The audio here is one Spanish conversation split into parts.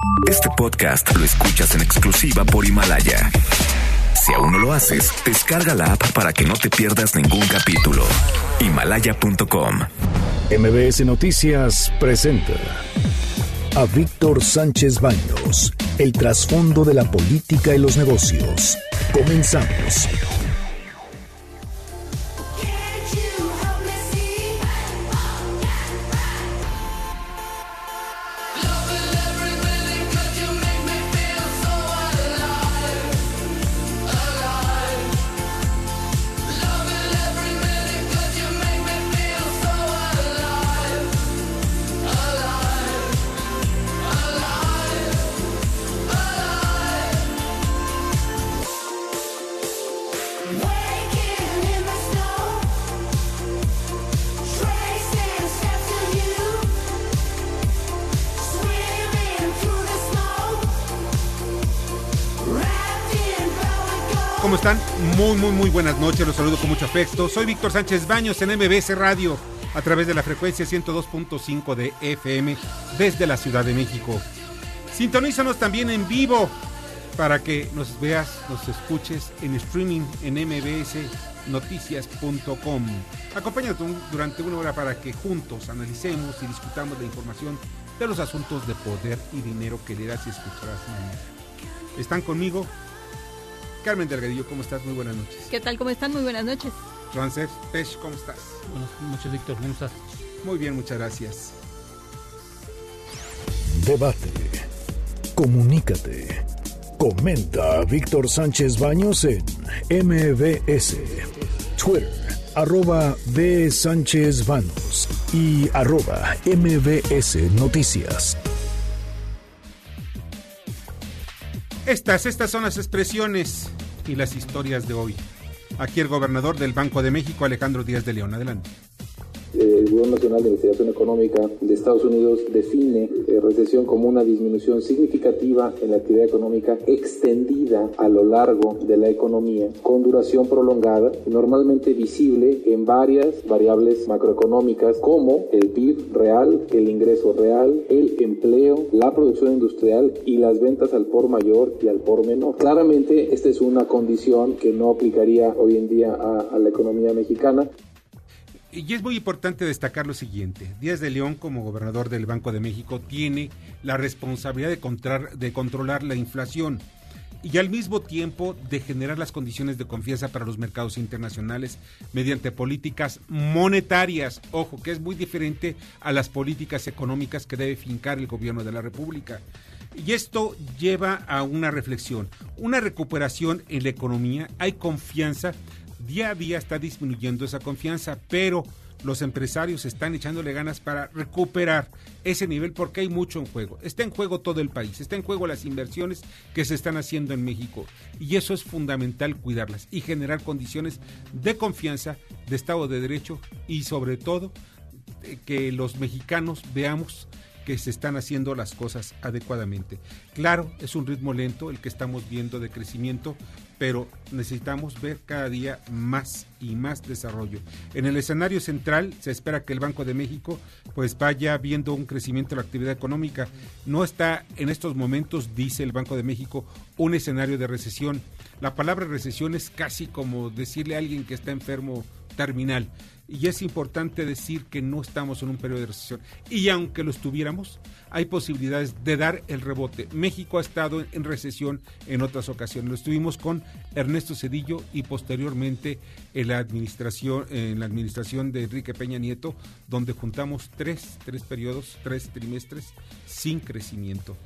Este podcast lo escuchas en exclusiva por Himalaya. Si aún no lo haces, descarga la app para que no te pierdas ningún capítulo. Himalaya.com. MBS Noticias presenta a Víctor Sánchez Baños, el trasfondo de la política y los negocios. Comenzamos. ¿Cómo están? Muy buenas noches, los saludo con mucho afecto. Soy Víctor Sánchez Baños en MBS Radio, a través de la frecuencia 102.5 de FM, desde la Ciudad de México. Sintonízanos también en vivo, para que nos veas, nos escuches en streaming en mbsnoticias.com. Acompáñanos durante una hora para que juntos analicemos y discutamos la información de los asuntos de poder y dinero que leerás y escucharás mañana. Están conmigo Carmen Delgadillo, ¿cómo estás? Muy buenas noches. ¿Qué tal? ¿Cómo están? Muy buenas noches. Ramsés Pech, ¿cómo estás? Buenas noches, Víctor, ¿cómo estás? Muy bien, muchas gracias. Debate. Comunícate. Comenta a Víctor Sánchez Baños en MBS. Twitter, @BSánchezBaños y @MBS Noticias. Estas son las expresiones y las historias de hoy. Aquí el gobernador del Banco de México, Alejandro Díaz de León. Adelante. El Gobierno Nacional de Investigación Económica de Estados Unidos define recesión como una disminución significativa en la actividad económica extendida a lo largo de la economía, con duración prolongada, normalmente visible en varias variables macroeconómicas como el PIB real, el ingreso real, el empleo, la producción industrial y las ventas al por mayor y al por menor. Claramente esta es una condición que no aplicaría hoy en día a la economía mexicana. Y es muy importante destacar lo siguiente: Díaz de León, como gobernador del Banco de México, tiene la responsabilidad de controlar la inflación y al mismo tiempo de generar las condiciones de confianza para los mercados internacionales mediante políticas monetarias. Ojo, que es muy diferente a las políticas económicas que debe fincar el gobierno de la República. Y esto lleva a una reflexión, una recuperación en la economía. Hay confianza. Día a día está disminuyendo esa confianza, pero los empresarios están echándole ganas para recuperar ese nivel porque hay mucho en juego. Está en juego todo el país, está en juego las inversiones que se están haciendo en México y eso es fundamental, cuidarlas y generar condiciones de confianza, de Estado de Derecho y sobre todo que los mexicanos veamos que se están haciendo las cosas adecuadamente. Claro, es un ritmo lento el que estamos viendo de crecimiento, pero necesitamos ver cada día más y más desarrollo. En el escenario central se espera que el Banco de México pues vaya viendo un crecimiento de la actividad económica. No está en estos momentos, dice el Banco de México, un escenario de recesión. La palabra recesión es casi como decirle a alguien que está enfermo terminal. Y es importante decir que no estamos en un periodo de recesión. Y aunque lo estuviéramos, hay posibilidades de dar el rebote. México ha estado en recesión en otras ocasiones. Lo estuvimos con Ernesto Zedillo y posteriormente en la administración de Enrique Peña Nieto, donde juntamos tres periodos, 3 trimestres sin crecimiento.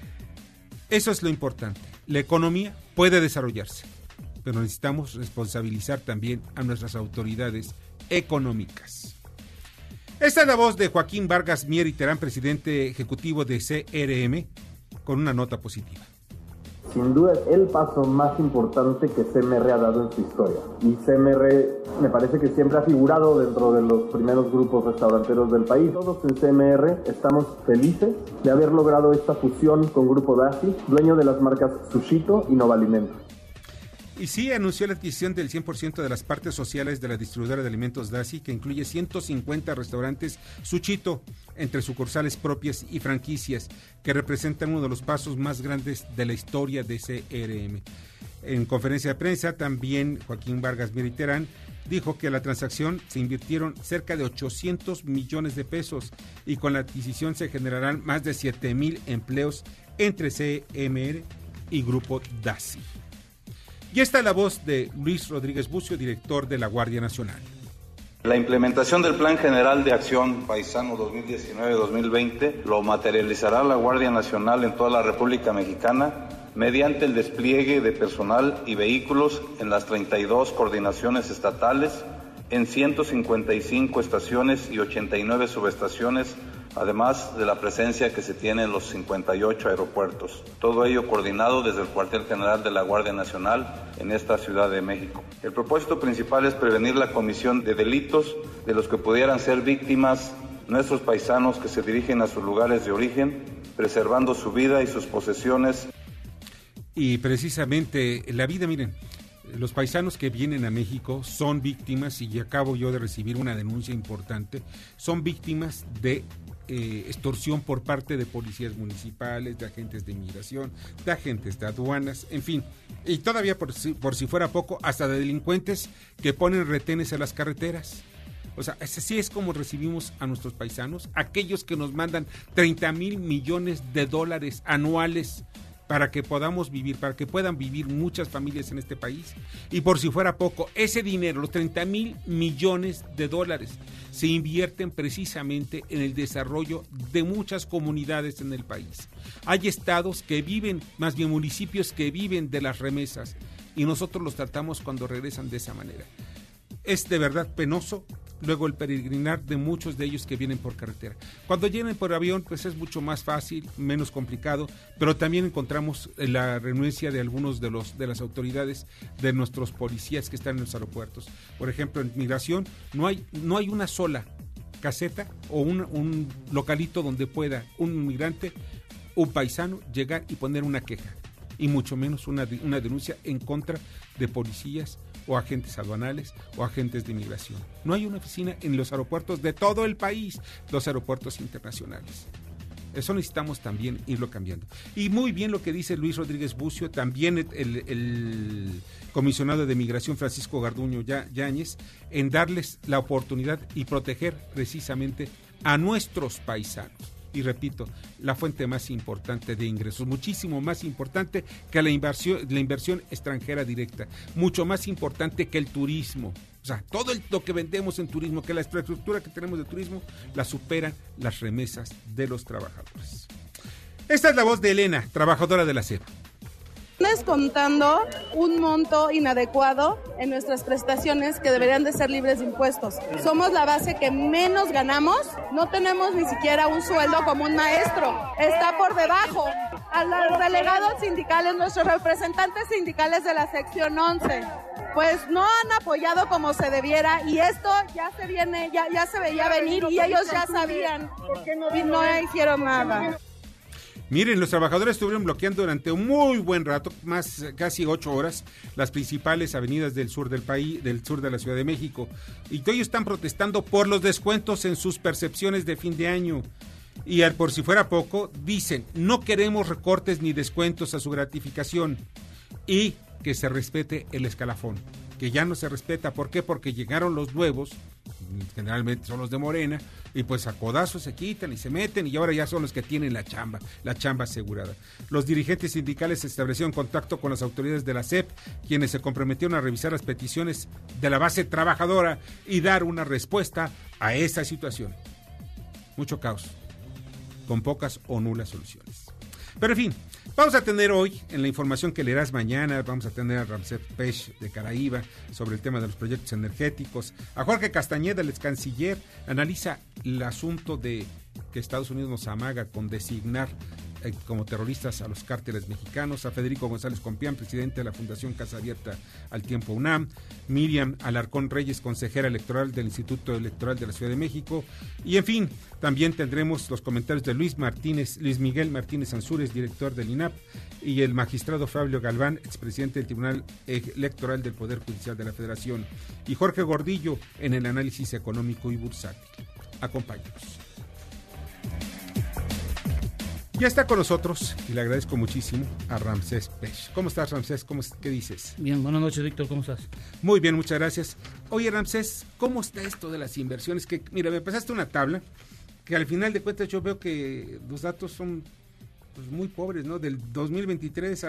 Eso es lo importante. La economía puede desarrollarse, pero necesitamos responsabilizar también a nuestras autoridades económicas. Esta es la voz de Joaquín Vargas Mier y Terán, presidente ejecutivo de CRM, con una nota positiva. Sin duda es el paso más importante que CMR ha dado en su historia. Y CMR me parece que siempre ha figurado dentro de los primeros grupos restauranteros del país. Todos en CMR estamos felices de haber logrado esta fusión con Grupo Daci, dueño de las marcas Sushito y Nova Alimentos. Y sí, anunció la adquisición del 100% de las partes sociales de la distribuidora de alimentos Dassi, que incluye 150 restaurantes Suchito, entre sucursales propias y franquicias, que representan uno de los pasos más grandes de la historia de CRM. En conferencia de prensa, también Joaquín Vargas Miriterán dijo que a la transacción se invirtieron cerca de 800 millones de pesos y con la adquisición se generarán más de 7,000 empleos entre CMR y Grupo Dassi. Y esta es la voz de Luis Rodríguez Bucio, director de la Guardia Nacional. La implementación del Plan General de Acción Paisano 2019-2020 lo materializará la Guardia Nacional en toda la República Mexicana mediante el despliegue de personal y vehículos en las 32 coordinaciones estatales, en 155 estaciones y 89 subestaciones, además de la presencia que se tiene en los 58 aeropuertos. Todo ello coordinado desde el cuartel general de la Guardia Nacional en esta Ciudad de México. El propósito principal es prevenir la comisión de delitos de los que pudieran ser víctimas nuestros paisanos que se dirigen a sus lugares de origen, preservando su vida y sus posesiones. Y precisamente la vida, miren, los paisanos que vienen a México son víctimas, y acabo yo de recibir una denuncia importante, son víctimas de extorsión por parte de policías municipales, de agentes de inmigración, de agentes de aduanas, en fin, y todavía por si fuera poco, hasta de delincuentes que ponen retenes en las carreteras. O sea, así es como recibimos a nuestros paisanos, aquellos que nos mandan 30,000 millones de dólares anuales para que podamos vivir, para que puedan vivir muchas familias en este país. Y por si fuera poco, ese dinero, los 30,000 millones de dólares, se invierten precisamente en el desarrollo de muchas comunidades en el país. Hay estados que viven, más bien municipios que viven de las remesas, y nosotros los tratamos cuando regresan de esa manera. Es de verdad penoso luego el peregrinar de muchos de ellos que vienen por carretera. Cuando vienen por avión, pues es mucho más fácil, menos complicado, pero también encontramos la renuencia de algunos de las autoridades, de nuestros policías que están en los aeropuertos. Por ejemplo, en migración no hay una sola caseta o un localito donde pueda un inmigrante, un paisano, llegar y poner una queja, y mucho menos una denuncia en contra de policías o agentes aduanales o agentes de inmigración. No hay una oficina en los aeropuertos de todo el país, los aeropuertos internacionales. Eso necesitamos también irlo cambiando. Y muy bien lo que dice Luis Rodríguez Bucio, también el comisionado de Migración Francisco Garduño Yáñez, en darles la oportunidad y proteger precisamente a nuestros paisanos. Y repito, la fuente más importante de ingresos, muchísimo más importante que la inversión extranjera directa, mucho más importante que el turismo. O sea, todo lo que vendemos en turismo, que la infraestructura que tenemos de turismo, la superan las remesas de los trabajadores. Esta es la voz de Elena, trabajadora de la SEP. Descontando un monto inadecuado en nuestras prestaciones que deberían de ser libres de impuestos. Somos la base que menos ganamos, no tenemos ni siquiera un sueldo como un maestro, está por debajo. A los delegados sindicales, nuestros representantes sindicales de la sección 11, pues no han apoyado como se debiera, y esto ya se veía venir y ellos ya sabían y no hicieron nada. Miren, los trabajadores estuvieron bloqueando durante un muy buen rato, casi 8 horas, las principales avenidas del sur del país, del sur de la Ciudad de México. Y ellos están protestando por los descuentos en sus percepciones de fin de año. Y por si fuera poco, dicen, no queremos recortes ni descuentos a su gratificación. Y que se respete el escalafón, que ya no se respeta. ¿Por qué? Porque llegaron los nuevos, generalmente son los de Morena, y pues a codazos se quitan y se meten, y ahora ya son los que tienen la chamba asegurada. Los dirigentes sindicales establecieron contacto con las autoridades de la SEP, quienes se comprometieron a revisar las peticiones de la base trabajadora y dar una respuesta a esa situación. Mucho caos, con pocas o nulas soluciones. Pero en fin, vamos a tener hoy, en la información que leerás mañana, vamos a tener a Ramsés Pech de Caraíba sobre el tema de los proyectos energéticos. A Jorge Castañeda, el ex canciller, analiza el asunto de que Estados Unidos nos amaga con designar como terroristas a los cárteles mexicanos, a Federico González Compián, presidente de la Fundación Casa Abierta al Tiempo UNAM, Miriam Alarcón Reyes, consejera electoral del Instituto Electoral de la Ciudad de México, y en fin, también tendremos los comentarios de Luis Miguel Martínez Ansúrez, director del INAP, y el magistrado Fabio Galván, expresidente del Tribunal Electoral del Poder Judicial de la Federación, y Jorge Gordillo en el análisis económico y bursátil. Acompáñanos. Ya está con nosotros, y le agradezco muchísimo, a Ramsés Pech. ¿Cómo estás, Ramsés? ¿Qué dices? Bien, buenas noches, Víctor, ¿cómo estás? Muy bien, muchas gracias. Oye, Ramsés, ¿cómo está esto de las inversiones? Que, mira, me pasaste una tabla que al final de cuentas yo veo que los datos son pues, muy pobres, ¿no? Del 2023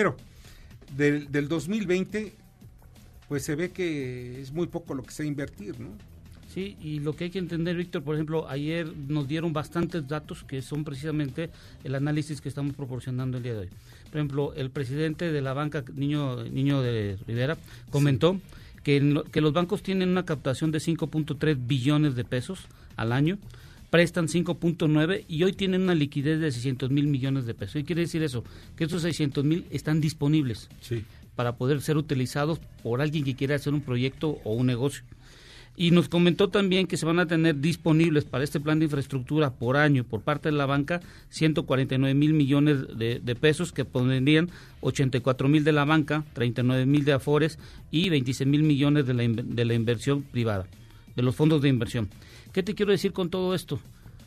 del 2020, pues se ve que es muy poco lo que se va a invertir, ¿no? Sí, y lo que hay que entender, Víctor, por ejemplo, ayer nos dieron bastantes datos que son precisamente el análisis que estamos proporcionando el día de hoy. Por ejemplo, el presidente de la banca, Niño de Rivera, comentó que los bancos tienen una captación de 5.3 billones de pesos al año, prestan 5.9 y hoy tienen una liquidez de 600 mil millones de pesos. ¿Y quiere decir eso? Que esos 600 mil están disponibles para poder ser utilizados por alguien que quiera hacer un proyecto o un negocio. Y nos comentó también que se van a tener disponibles para este plan de infraestructura por año, por parte de la banca, 149 mil millones de pesos, que pondrían 84 mil de la banca, 39 mil de Afores y 26 mil millones de la inversión privada, de los fondos de inversión. ¿Qué te quiero decir con todo esto?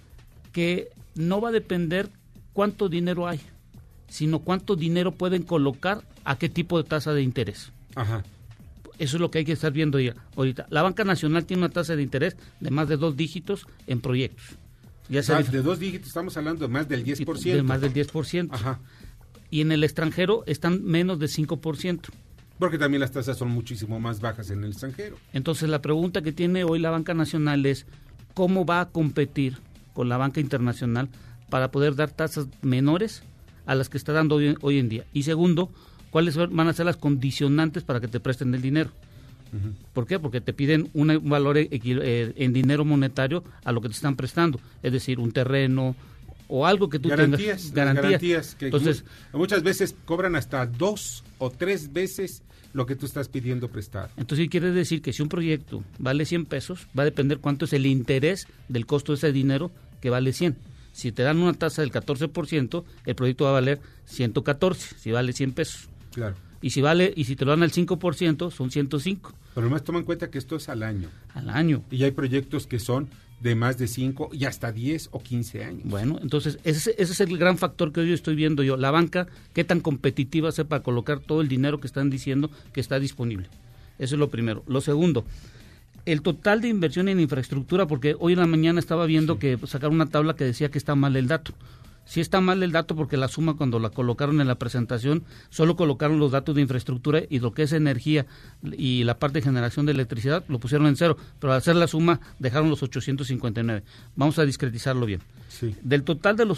Que no va a depender cuánto dinero hay, sino cuánto dinero pueden colocar a qué tipo de tasa de interés. Ajá. Eso es lo que hay que estar viendo ya ahorita. La Banca Nacional tiene una tasa de interés de más de 2 dígitos en proyectos. Ya de 2 dígitos estamos hablando de más del 10%. De más del 10%. Ajá. Y en el extranjero están menos de 5%. Porque también las tasas son muchísimo más bajas en el extranjero. Entonces la pregunta que tiene hoy la Banca Nacional es ¿cómo va a competir con la banca internacional para poder dar tasas menores a las que está dando hoy en día? Y segundo, ¿cuáles van a ser las condicionantes para que te presten el dinero? Uh-huh. ¿Por qué? Porque te piden un valor en dinero monetario a lo que te están prestando, es decir, un terreno o algo que tú tengas. Garantías. Que entonces, muchas veces cobran hasta 2 o 3 veces lo que tú estás pidiendo prestar. Entonces quiere decir que si un proyecto vale 100 pesos, va a depender cuánto es el interés del costo de ese dinero que vale 100. Si te dan una tasa del 14%, el proyecto va a valer 114, si vale 100 pesos. Claro. Y si te lo dan al 5%, son 105. Pero además toma en cuenta que esto es al año. Al año. Y hay proyectos que son de más de 5 y hasta 10 o 15 años. Bueno, entonces ese es el gran factor que hoy estoy viendo yo. La banca, qué tan competitiva es para colocar todo el dinero que están diciendo que está disponible. Eso es lo primero. Lo segundo, el total de inversión en infraestructura, porque hoy en la mañana estaba viendo que sacaron una tabla que decía que está mal el dato. Sí está mal el dato porque la suma cuando la colocaron en la presentación solo colocaron los datos de infraestructura y lo que es energía y la parte de generación de electricidad lo pusieron en cero, pero al hacer la suma dejaron los 859. Vamos a discretizarlo bien. Sí. Del total de los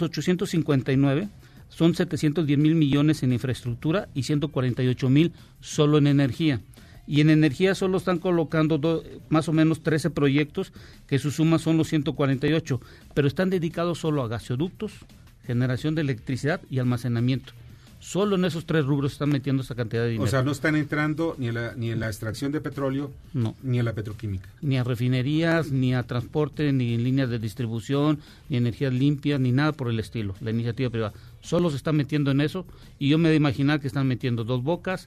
859 son 710 mil millones en infraestructura y 148 mil solo en energía. Y en energía solo están colocando más o menos 13 proyectos que su suma son los 148, pero están dedicados solo a gasoductos, generación de electricidad y almacenamiento. Solo en esos 3 rubros están metiendo esa cantidad de dinero. O sea, no están entrando ni en la extracción de petróleo, no, ni en la petroquímica. Ni a refinerías, ni a transporte, ni en líneas de distribución, ni energías limpias, ni nada por el estilo, la iniciativa privada. Solo se están metiendo en eso y yo me he de imaginar que están metiendo Dos Bocas,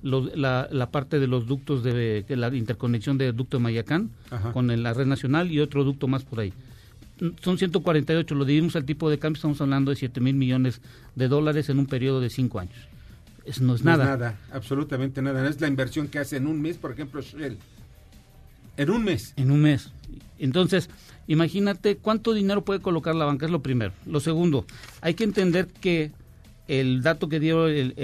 la parte de los ductos de la interconexión de ducto de Mayacán, ajá, con la red nacional y otro ducto más por ahí. Son 148, lo dividimos al tipo de cambio, estamos hablando de 7 mil millones de dólares en un periodo de 5 años. Eso no es nada. No es nada, absolutamente nada. No es la inversión que hace en un mes, por ejemplo, Shell. En un mes. En un mes. Entonces, imagínate cuánto dinero puede colocar la banca, es lo primero. Lo segundo, hay que entender que el dato que dio el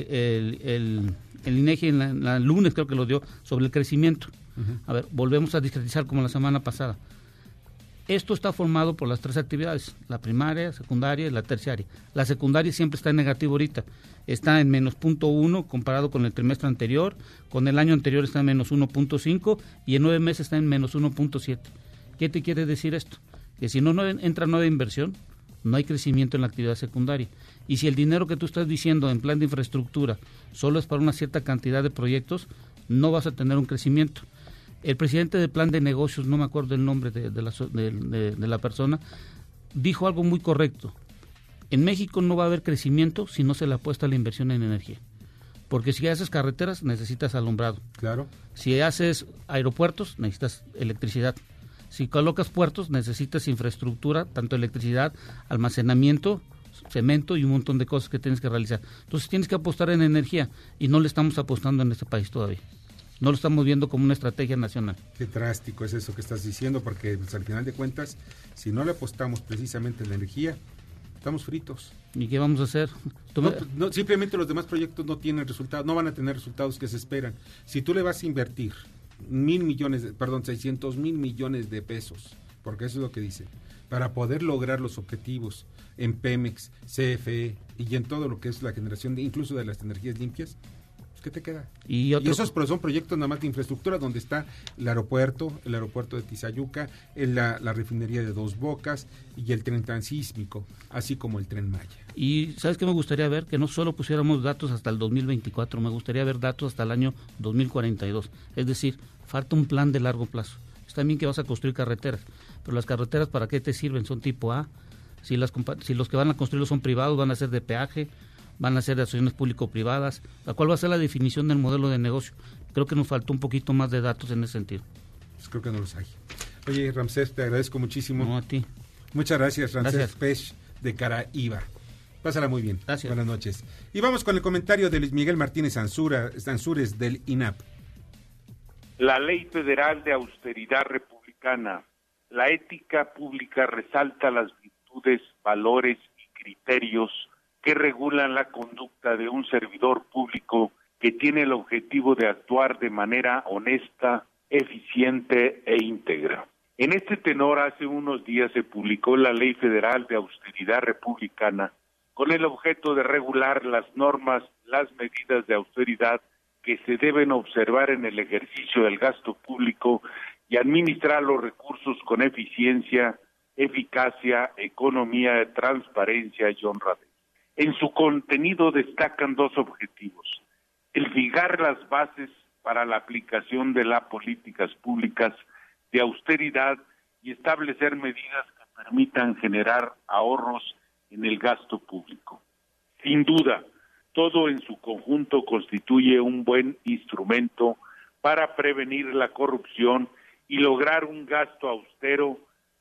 INEGI en la lunes, creo que lo dio, sobre el crecimiento. Uh-huh. A ver, volvemos a discretizar como la semana pasada. Esto está formado por las 3 actividades, la primaria, secundaria y la terciaria. La secundaria siempre está en negativo ahorita, está en menos 0.1 comparado con el trimestre anterior, con el año anterior está en menos 1.5 y en 9 meses está en menos 1.7. ¿Qué te quiere decir esto? Que si no entra nueva inversión, no hay crecimiento en la actividad secundaria. Y si el dinero que tú estás diciendo en plan de infraestructura solo es para una cierta cantidad de proyectos, no vas a tener un crecimiento. El presidente del plan de negocios, no me acuerdo el nombre de la persona, dijo algo muy correcto. En México no va a haber crecimiento si no se le apuesta a la inversión en energía. Porque si haces carreteras, necesitas alumbrado. Claro. Si haces aeropuertos, necesitas electricidad. Si colocas puertos, necesitas infraestructura, tanto electricidad, almacenamiento, cemento y un montón de cosas que tienes que realizar. Entonces tienes que apostar en energía y no le estamos apostando en este país todavía. No lo estamos viendo como una estrategia nacional. Qué drástico es eso que estás diciendo, porque pues, al final de cuentas, si no le apostamos precisamente en la energía, estamos fritos. ¿Y qué vamos a hacer? No, simplemente los demás proyectos no tienen resultados, no van a tener resultados que se esperan. Si tú le vas a invertir 600 mil millones de pesos, porque eso es lo que dice, para poder lograr los objetivos en Pemex, CFE y en todo lo que es la generación incluso de las energías limpias, ¿qué te queda? Y esos son proyectos nada más de infraestructura, donde está el aeropuerto de Tizayuca, la refinería de Dos Bocas y el tren transísmico, así como el Tren Maya. Y ¿sabes qué me gustaría ver? Que no solo pusiéramos datos hasta el 2024, me gustaría ver datos hasta el año 2042. Es decir, falta un plan de largo plazo. Está bien que vas a construir carreteras, pero las carreteras ¿para qué te sirven? Son tipo A. Si los que van a construirlos son privados, van a ser de peaje, van a ser de asociaciones público-privadas. ¿Cuál va a ser la definición del modelo de negocio? Creo que nos faltó un poquito más de datos en ese sentido. Pues creo que no los hay. Oye, Ramsés, te agradezco muchísimo. No, a ti. Muchas gracias, Ramsés Pech de Caraíba. Pásala muy bien. Gracias. Buenas noches. Y vamos con el comentario de Luis Miguel Martínez Ansúrez del INAP. La Ley Federal de Austeridad Republicana, la ética pública resalta las virtudes, valores y criterios que regulan la conducta de un servidor público que tiene el objetivo de actuar de manera honesta, eficiente e íntegra. En este tenor, hace unos días se publicó la Ley Federal de Austeridad Republicana con el objeto de regular las normas, las medidas de austeridad que se deben observar en el ejercicio del gasto público y administrar los recursos con eficiencia, eficacia, economía, transparencia y honradez. En su contenido destacan dos objetivos: el fijar las bases para la aplicación de las políticas públicas de austeridad y establecer medidas que permitan generar ahorros en el gasto público. Sin duda, todo en su conjunto constituye un buen instrumento para prevenir la corrupción y lograr un gasto austero,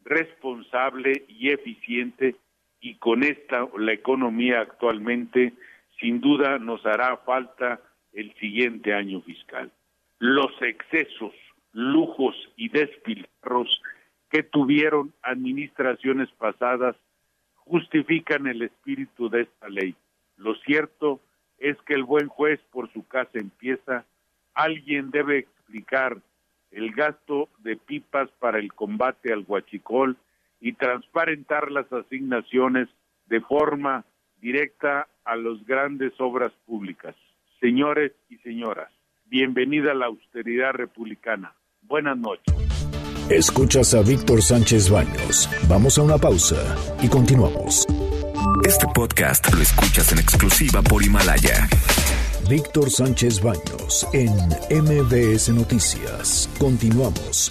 responsable y eficiente, y con esta la economía actualmente sin duda nos hará falta el siguiente año fiscal. Los excesos, lujos y despilfarros que tuvieron administraciones pasadas justifican el espíritu de esta ley. Lo cierto es que el buen juez por su casa empieza. Alguien debe explicar el gasto de pipas para el combate al huachicol y transparentar las asignaciones de forma directa a las grandes obras públicas. Señores y señoras, bienvenida a la austeridad republicana. Buenas noches. Escuchas a Víctor Sánchez Baños. Vamos a una pausa y continuamos. Este podcast lo escuchas en exclusiva por Himalaya. Víctor Sánchez Baños en MBS Noticias. Continuamos.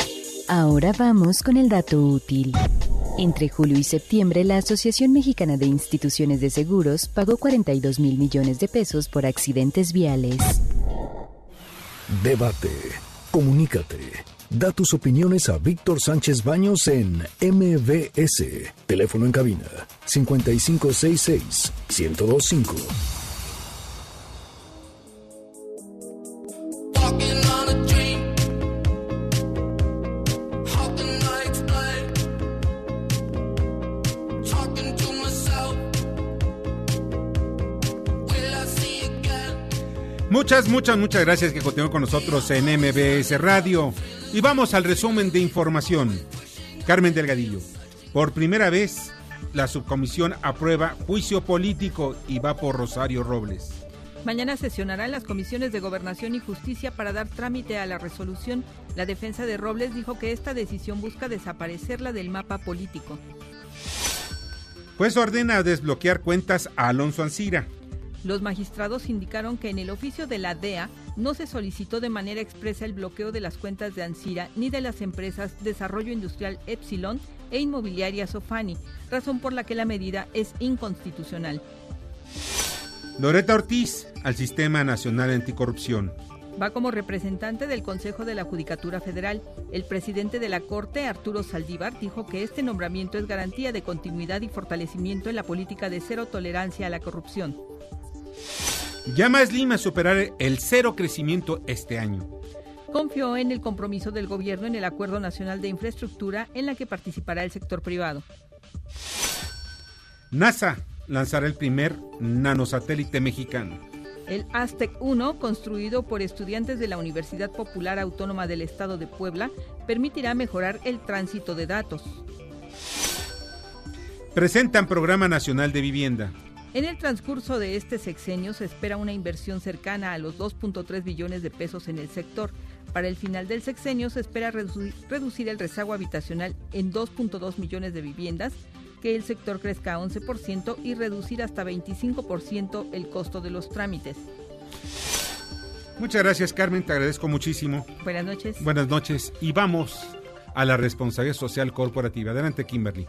Ahora vamos con el dato útil. Entre julio y septiembre, la Asociación Mexicana de Instituciones de Seguros pagó 42,000 millones de pesos por accidentes viales. Debate. Comunícate. Da tus opiniones a Víctor Sánchez Baños en MBS. Teléfono en cabina 5566-1025. Muchas gracias que continúen con nosotros en MBS Radio. Y vamos al resumen de información. Carmen Delgadillo. Por primera vez, la subcomisión aprueba juicio político y va por Rosario Robles. Mañana sesionarán las comisiones de Gobernación y Justicia para dar trámite a la resolución. La defensa de Robles dijo que esta decisión busca desaparecerla del mapa político. Juez ordena desbloquear cuentas a Alonso Ancira. Los magistrados indicaron que en el oficio de la DEA no se solicitó de manera expresa el bloqueo de las cuentas de Ancira ni de las empresas Desarrollo Industrial Epsilon e Inmobiliaria Sofani, razón por la que la medida es inconstitucional. Loretta Ortiz al Sistema Nacional Anticorrupción. Va como representante del Consejo de la Judicatura Federal. El presidente de la Corte, Arturo Saldívar, dijo que este nombramiento es garantía de continuidad y fortalecimiento en la política de cero tolerancia a la corrupción. Llama a Slim a superar el cero crecimiento este año. Confió en el compromiso del gobierno en el Acuerdo Nacional de Infraestructura en la que participará el sector privado. NASA lanzará el primer nanosatélite mexicano. El Aztec 1, construido por estudiantes de la Universidad Popular Autónoma del Estado de Puebla, permitirá mejorar el tránsito de datos. Presentan Programa Nacional de Vivienda. En el transcurso de este sexenio se espera una inversión cercana a los 2.3 billones de pesos en el sector. Para el final del sexenio se espera reducir el rezago habitacional en 2.2 millones de viviendas, que el sector crezca a 11% y reducir hasta 25% el costo de los trámites. Muchas gracias, Carmen, te agradezco muchísimo. Buenas noches. Buenas noches y vamos a la responsabilidad social corporativa. Adelante, Kimberly.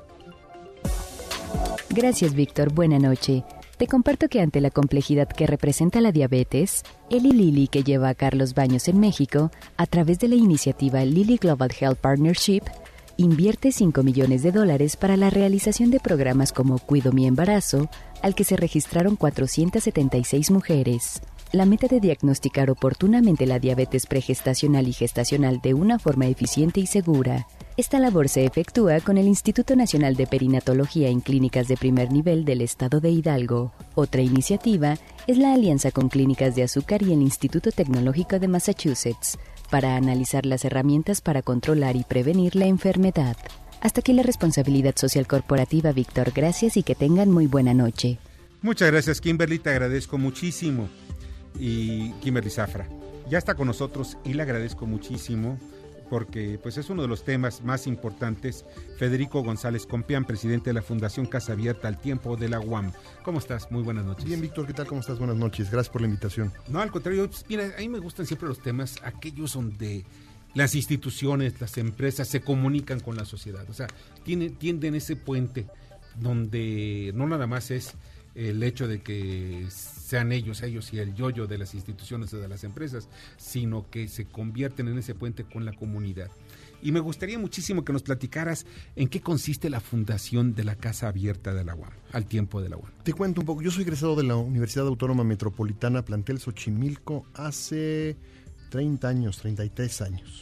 Gracias, Víctor. Buena noche. Te comparto que ante la complejidad que representa la diabetes, Eli Lilly, que lleva a Carlos Baños en México, a través de la iniciativa Lilly Global Health Partnership, invierte $5 millones para la realización de programas como Cuido mi embarazo, al que se registraron 476 mujeres. La meta de diagnosticar oportunamente la diabetes pregestacional y gestacional de una forma eficiente y segura. Esta labor se efectúa con el Instituto Nacional de Perinatología en Clínicas de Primer Nivel del Estado de Hidalgo. Otra iniciativa es la alianza con Clínicas de Azúcar y el Instituto Tecnológico de Massachusetts, para analizar las herramientas para controlar y prevenir la enfermedad. Hasta aquí la responsabilidad social corporativa, Víctor. Gracias y que tengan muy buena noche. Muchas gracias, Kimberly, te agradezco muchísimo. Y Kimberly Zafra ya está con nosotros y le agradezco muchísimo porque pues es uno de los temas más importantes. Federico González Compeán, presidente de la Fundación Casa Abierta al Tiempo de la UAM. ¿Cómo estás? Muy buenas noches. Bien, Víctor, ¿qué tal? ¿Cómo estás? Buenas noches. Gracias por la invitación. No, al contrario, pues, mira, a mí me gustan siempre los temas, aquellos donde las instituciones, las empresas se comunican con la sociedad. O sea, tienden ese puente donde no nada más es el hecho de que sean ellos y el yo-yo de las instituciones o de las empresas, sino que se convierten en ese puente con la comunidad. Y me gustaría muchísimo que nos platicaras en qué consiste la fundación de la Casa Abierta de la UAM, al Tiempo de la UAM. Te cuento un poco. Yo soy egresado de la Universidad Autónoma Metropolitana, plantel Xochimilco, hace 33 años.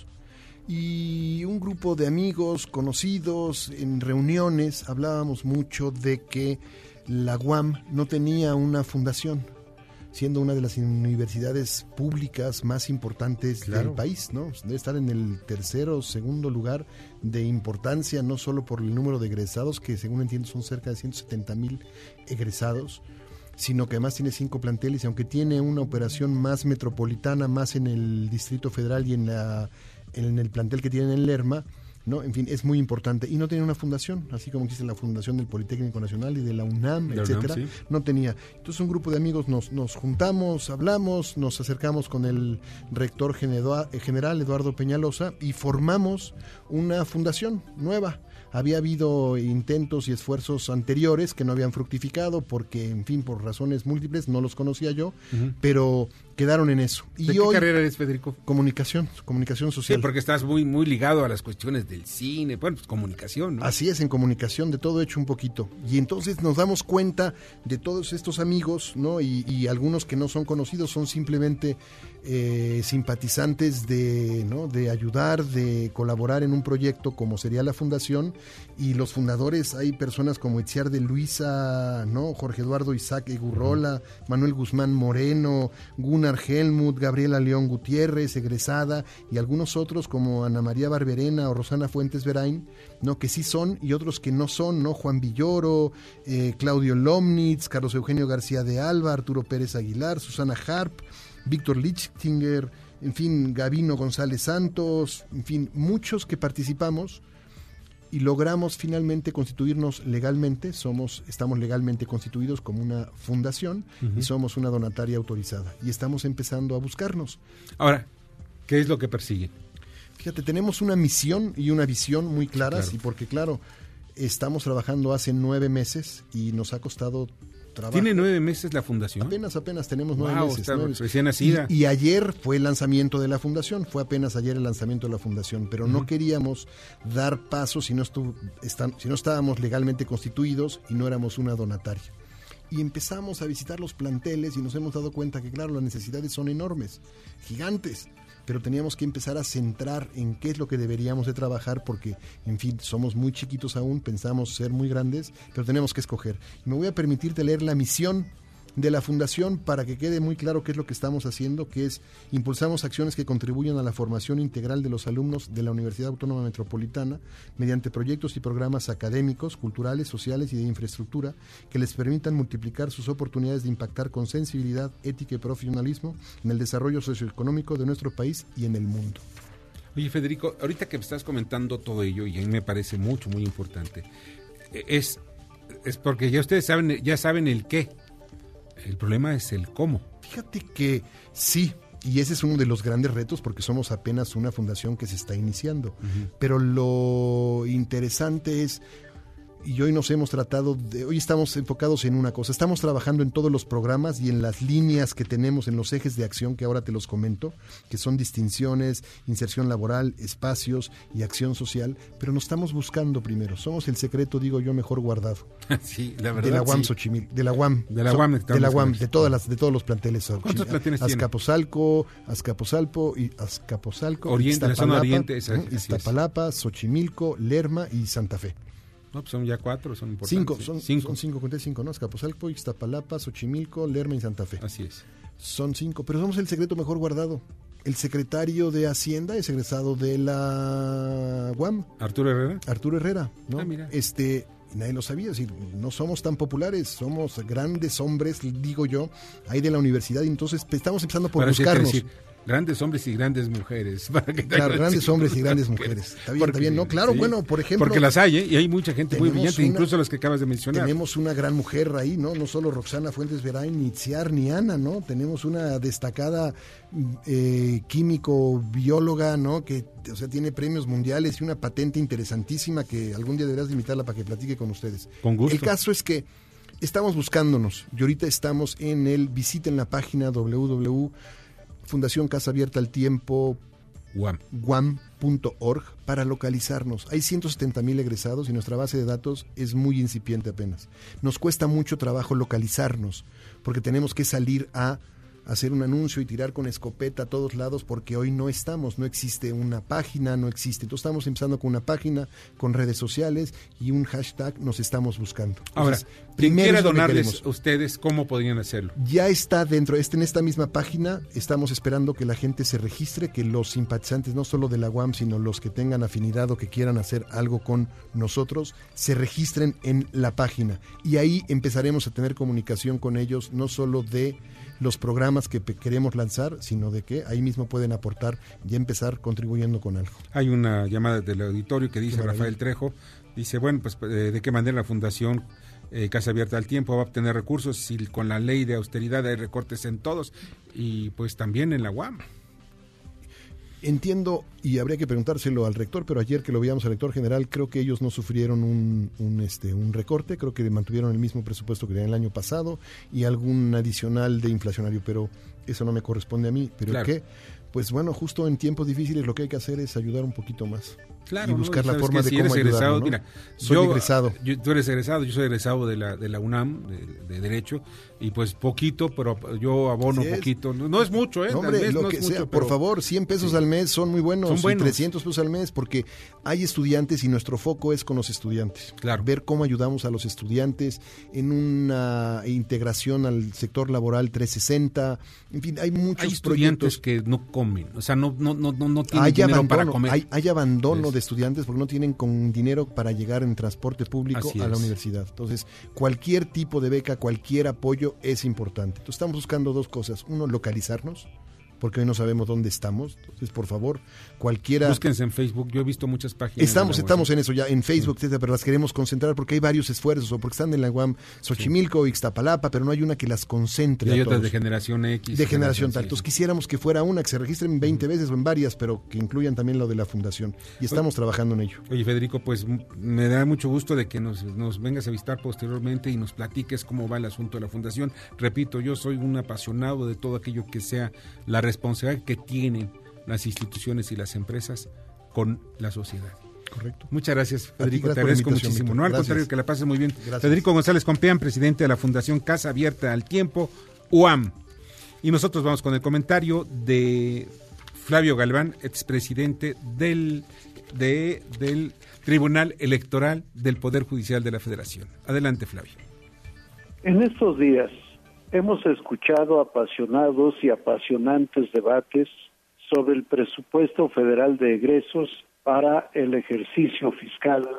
Y un grupo de amigos, conocidos, en reuniones, hablábamos mucho de que la UAM no tenía una fundación, siendo una de las universidades públicas más importantes del país, ¿no? Debe estar en el tercero o segundo lugar de importancia, no solo por el número de egresados, que según entiendo son cerca de 170,000 egresados, sino que además tiene 5 planteles, y aunque tiene una operación más metropolitana, más en el Distrito Federal y en el plantel que tiene en Lerma, ¿no? En fin, es muy importante. Y no tenía una fundación, así como existe la fundación del Politécnico Nacional y de la UNAM, etcétera. Sí. No tenía. Entonces un grupo de amigos nos juntamos, hablamos, nos acercamos con el rector general Eduardo Peñalosa y formamos una fundación nueva. Había habido intentos y esfuerzos anteriores que no habían fructificado porque, en fin, por razones múltiples, no los conocía yo, pero quedaron en eso. ¿De qué carrera eres, Federico? Comunicación social. Sí, porque estás muy ligado a las cuestiones del cine, bueno, pues comunicación, ¿no? Así es, en comunicación, de todo hecho un poquito. Y entonces nos damos cuenta de todos estos amigos, ¿no? Y algunos que no son conocidos son simplemente simpatizantes de ayudar, de colaborar en un proyecto como sería la fundación, y los fundadores, hay personas como Itziar de Luisa, ¿no? Jorge Eduardo Isaac Egurrola, Manuel Guzmán Moreno, Gunnar Helmut, Gabriela León Gutiérrez, egresada, y algunos otros como Ana María Barberena o Rosana Fuentes Verain, ¿no? Que sí son, y otros que no son, ¿no? Juan Villoro, Claudio Lomnitz, Carlos Eugenio García de Alba, Arturo Pérez Aguilar, Susana Harp, Víctor Lichtinger, en fin, Gabino González Santos, en fin, muchos que participamos y logramos finalmente constituirnos legalmente. Estamos legalmente constituidos como una fundación y somos una donataria autorizada y estamos empezando a buscarnos. Ahora, ¿qué es lo que persiguen? Fíjate, tenemos una misión y una visión muy claras, claro. Y porque claro, estamos trabajando hace 9 meses y nos ha costado trabajo. ¿Tiene 9 meses la fundación? Apenas tenemos 9 meses. Está recién nacida. Y ayer fue el lanzamiento de la fundación, fue apenas ayer el lanzamiento de la fundación, pero no queríamos dar pasos si no estábamos legalmente constituidos y no éramos una donataria. Y empezamos a visitar los planteles y nos hemos dado cuenta que claro, las necesidades son enormes, gigantes, pero teníamos que empezar a centrar en qué es lo que deberíamos de trabajar porque, en fin, somos muy chiquitos aún, pensamos ser muy grandes, pero tenemos que escoger. Me voy a permitirte leer la misión de la Fundación para que quede muy claro qué es lo que estamos haciendo, que es impulsamos acciones que contribuyan a la formación integral de los alumnos de la Universidad Autónoma Metropolitana mediante proyectos y programas académicos, culturales, sociales y de infraestructura que les permitan multiplicar sus oportunidades de impactar con sensibilidad, ética y profesionalismo en el desarrollo socioeconómico de nuestro país y en el mundo. Oye, Federico, ahorita que me estás comentando todo ello, y a mí me parece muy importante, es porque ya ustedes saben el qué. El problema es el cómo. Fíjate que sí, y ese es uno de los grandes retos porque somos apenas una fundación que se está iniciando. Pero lo interesante es, y hoy hoy estamos enfocados en una cosa, estamos trabajando en todos los programas y en las líneas que tenemos, en los ejes de acción que ahora te los comento, que son distinciones, inserción laboral, espacios y acción social, pero nos estamos buscando primero, somos el secreto, digo yo, mejor guardado. Sí, la verdad. De la UAM sí. Xochimilco, de la UAM, de todos los planteles. ¿Cuántos planteles tiene? Azcapotzalco y Oriente, la zona oriente, Iztapalapa, Xochimilco, Lerma y Santa Fe. No, pues son ya 4, son importantes. Son 5, conté 5, ¿no? Azcapotzalco, Iztapalapa, Xochimilco, Lerma y Santa Fe. Así es. Son 5, pero somos el secreto mejor guardado. El secretario de Hacienda es egresado de la UAM. ¿Arturo Herrera? ¿No? Mira. Nadie lo sabía, es decir, no somos tan populares, somos grandes hombres, digo yo, ahí de la universidad, y entonces estamos empezando por buscarnos. Grandes hombres y grandes mujeres. Grandes hombres y grandes mujeres. Está bien, ¿no? Claro, sí. Bueno, por ejemplo... Porque las hay, y hay mucha gente muy brillante, incluso las que acabas de mencionar. Tenemos una gran mujer ahí, ¿no? No solo Roxana Fuentes Verain, ni Itziar, ni Ana, ¿no? Tenemos una destacada químico, bióloga, ¿no? Que, o sea, tiene premios mundiales y una patente interesantísima que algún día deberás de invitarla para que platique con ustedes. Con gusto. El caso es que estamos buscándonos, y ahorita estamos visiten la página Fundación Casa Abierta al Tiempo UAM.org para localizarnos. Hay 170,000 egresados y nuestra base de datos es muy incipiente apenas. Nos cuesta mucho trabajo localizarnos porque tenemos que salir a hacer un anuncio y tirar con escopeta a todos lados porque hoy no existe una página, Entonces estamos empezando con una página, con redes sociales y un hashtag, nos estamos buscando. Ahora, quien quiera donarles a ustedes, ¿cómo podrían hacerlo? Ya está en esta misma página, estamos esperando que la gente se registre, que los simpatizantes, no solo de la UAM, sino los que tengan afinidad o que quieran hacer algo con nosotros, se registren en la página y ahí empezaremos a tener comunicación con ellos, no solo de los programas que queremos lanzar, sino de que ahí mismo pueden aportar y empezar contribuyendo con algo. Hay una llamada del auditorio que dice Rafael Trejo, dice, bueno, pues de qué manera la Fundación Casa Abierta al Tiempo va a obtener recursos si con la ley de austeridad hay recortes en todos y pues también en la UAM. Entiendo, y habría que preguntárselo al rector, pero ayer que lo veíamos al rector general, creo que ellos no sufrieron un recorte, creo que mantuvieron el mismo presupuesto que tenían el año pasado y algún adicional de inflacionario, pero eso no me corresponde a mí. Pero claro. ¿qué? Pues bueno, justo en tiempos difíciles lo que hay que hacer es ayudar un poquito más. Claro, y buscar la forma de si cómo eres egresado, ayudarlo, ¿no? Mira, soy egresado. Tú eres egresado, yo soy egresado de la UNAM, de Derecho, y pues poquito, pero yo abono poquito. No es mucho, ¿eh? Hombre, lo que sea, por favor, 100 pesos al mes son muy buenos, son buenos. 300 pesos al mes, porque hay estudiantes y nuestro foco es con los estudiantes. Claro. Ver cómo ayudamos a los estudiantes en una integración al sector laboral 360, en fin, hay muchos hay estudiantes proyectos que no comen, o sea, no tienen dinero para comer. Hay abandono de estudiantes porque no tienen con dinero para llegar en transporte público a la universidad. Entonces, cualquier tipo de beca, cualquier apoyo es importante. Entonces, estamos buscando dos cosas. Uno, localizarnos porque hoy no sabemos dónde estamos. Entonces, por favor, cualquiera... Búsquense en Facebook, yo he visto muchas páginas. Estamos en eso ya, en Facebook, etcétera, pero las queremos concentrar porque hay varios esfuerzos, o porque están en la UAM Xochimilco, Ixtapalapa, pero no hay una que las concentre. Y hay otras de generación X. De generación tal. Entonces quisiéramos que fuera una, que se registren 20 veces o en varias, pero que incluyan también lo de la fundación. Y estamos trabajando en ello. Oye, Federico, pues me da mucho gusto de que nos vengas a visitar posteriormente y nos platiques cómo va el asunto de la fundación. Repito, yo soy un apasionado de todo aquello que sea la responsabilidad que tienen las instituciones y las empresas con la sociedad. Correcto. Muchas gracias, Federico, te agradezco muchísimo. No, al contrario, que la pases muy bien. Gracias. Federico González Compeán, presidente de la Fundación Casa Abierta al Tiempo, UAM. Y nosotros vamos con el comentario de Flavio Galván, expresidente del Tribunal Electoral del Poder Judicial de la Federación. Adelante, Flavio. En estos días hemos escuchado apasionados y apasionantes debates sobre el presupuesto federal de egresos para el ejercicio fiscal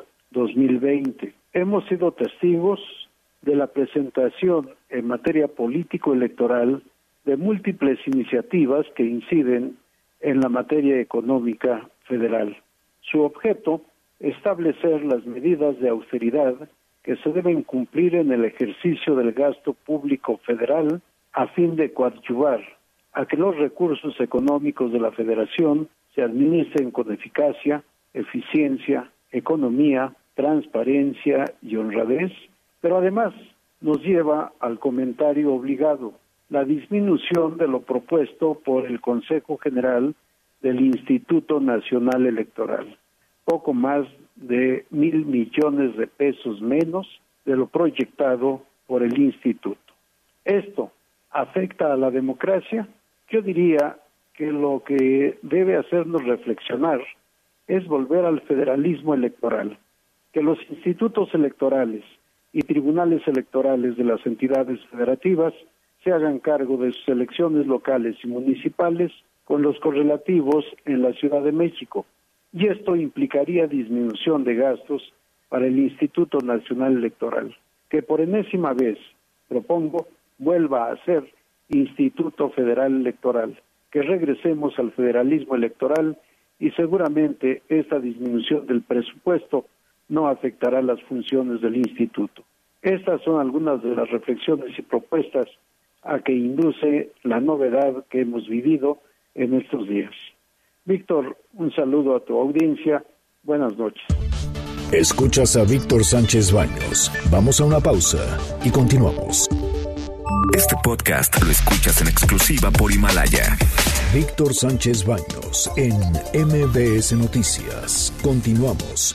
2020. Hemos sido testigos de la presentación en materia político-electoral de múltiples iniciativas que inciden en la materia económica federal. Su objeto, establecer las medidas de austeridad que se deben cumplir en el ejercicio del gasto público federal a fin de coadyuvar a que los recursos económicos de la Federación se administren con eficacia, eficiencia, economía, transparencia y honradez, pero además nos lleva al comentario obligado, la disminución de lo propuesto por el Consejo General del Instituto Nacional Electoral, poco más de 1,000 millones de pesos menos de lo proyectado por el Instituto. ¿Esto afecta a la democracia? Yo diría que lo que debe hacernos reflexionar es volver al federalismo electoral, que los institutos electorales y tribunales electorales de las entidades federativas se hagan cargo de sus elecciones locales y municipales con los correlativos en la Ciudad de México, y esto implicaría disminución de gastos para el Instituto Nacional Electoral, que por enésima vez, propongo, vuelva a ser Instituto Federal Electoral, que regresemos al federalismo electoral y seguramente esta disminución del presupuesto no afectará las funciones del instituto. Estas son algunas de las reflexiones y propuestas a que induce la novedad que hemos vivido en estos días. Víctor, un saludo a tu audiencia. Buenas noches. Escuchas a Víctor Sánchez Baños. Vamos a una pausa y continuamos. Este podcast lo escuchas en exclusiva por Himalaya. Víctor Sánchez Baños en MBS Noticias. Continuamos.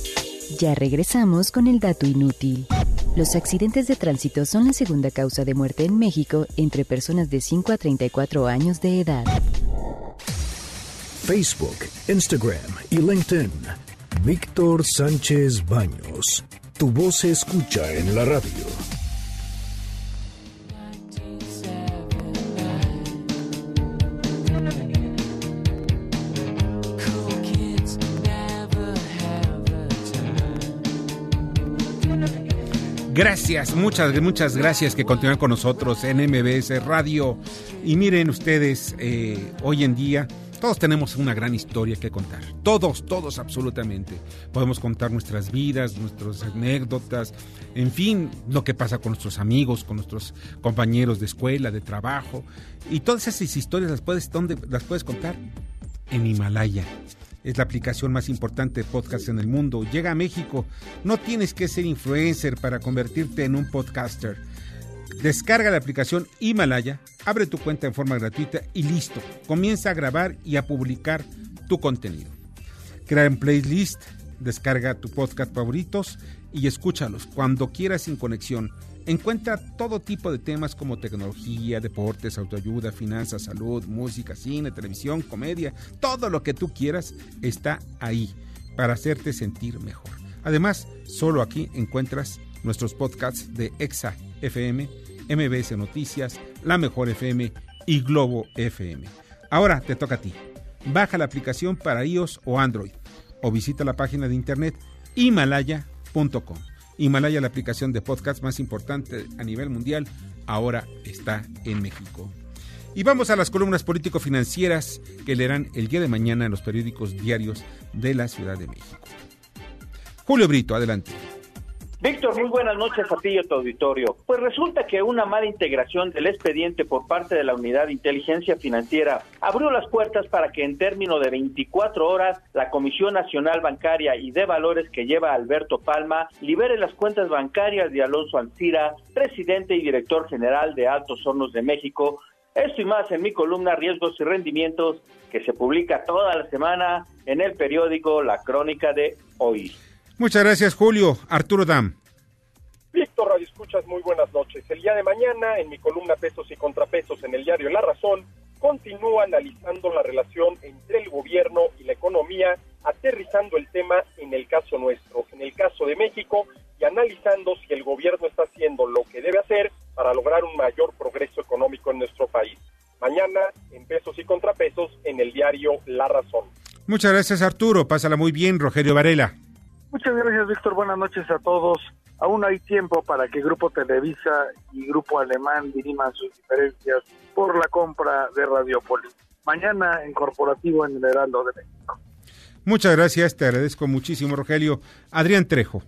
Ya regresamos con el dato inútil. Los accidentes de tránsito son la segunda causa de muerte en México entre personas de 5 a 34 años de edad. Facebook, Instagram y LinkedIn. Víctor Sánchez Baños. Tu voz se escucha en la radio. Gracias, muchas gracias que continúan con nosotros en MBS Radio. Y miren ustedes, hoy en día todos tenemos una gran historia que contar. Todos absolutamente. Podemos contar nuestras vidas, nuestras anécdotas, en fin, lo que pasa con nuestros amigos, con nuestros compañeros de escuela, de trabajo. Y todas esas historias ¿dónde las puedes contar? En Himalaya. Es la aplicación más importante de podcast en el mundo. Llega a México. No tienes que ser influencer para convertirte en un podcaster. Descarga la aplicación Himalaya, abre tu cuenta en forma gratuita y listo. Comienza a grabar y a publicar tu contenido. Crea un playlist, descarga tu podcast favoritos y escúchalos cuando quieras sin conexión. Encuentra todo tipo de temas como tecnología, deportes, autoayuda, finanzas, salud, música, cine, televisión, comedia. Todo lo que tú quieras está ahí para hacerte sentir mejor. Además, solo aquí encuentras nuestros podcasts de Exa FM, MBS Noticias, La Mejor FM y Globo FM. Ahora te toca a ti. Baja la aplicación para iOS o Android o visita la página de internet himalaya.com. Himalaya, la aplicación de podcast más importante a nivel mundial, ahora está en México. Y vamos a las columnas político-financieras que leerán el día de mañana en los periódicos diarios de la Ciudad de México. Julio Brito, adelante. Víctor, muy buenas noches a ti y a tu auditorio. Pues resulta que una mala integración del expediente por parte de la Unidad de Inteligencia Financiera abrió las puertas para que en término de 24 horas la Comisión Nacional Bancaria y de Valores que lleva Alberto Palma libere las cuentas bancarias de Alonso Ancira, presidente y director general de Altos Hornos de México. Esto y más en mi columna Riesgos y Rendimientos, que se publica toda la semana en el periódico La Crónica de Hoy. Muchas gracias, Julio. Arturo Dam. Víctor, Radio Escuchas, muy buenas noches. El día de mañana, en mi columna Pesos y Contrapesos en el diario La Razón, continúa analizando la relación entre el gobierno y la economía, aterrizando el tema en el caso nuestro, en el caso de México, y analizando si el gobierno está haciendo lo que debe hacer para lograr un mayor progreso económico en nuestro país. Mañana, en Pesos y Contrapesos, en el diario La Razón. Muchas gracias, Arturo. Pásala muy bien, Rogelio Varela. Muchas gracias, Víctor. Buenas noches a todos. Aún hay tiempo para que Grupo Televisa y Grupo Alemán diriman sus diferencias por la compra de Radiopolis. Mañana en Corporativo en el Heraldo de México. Muchas gracias, te agradezco muchísimo, Rogelio. Adrián Trejo.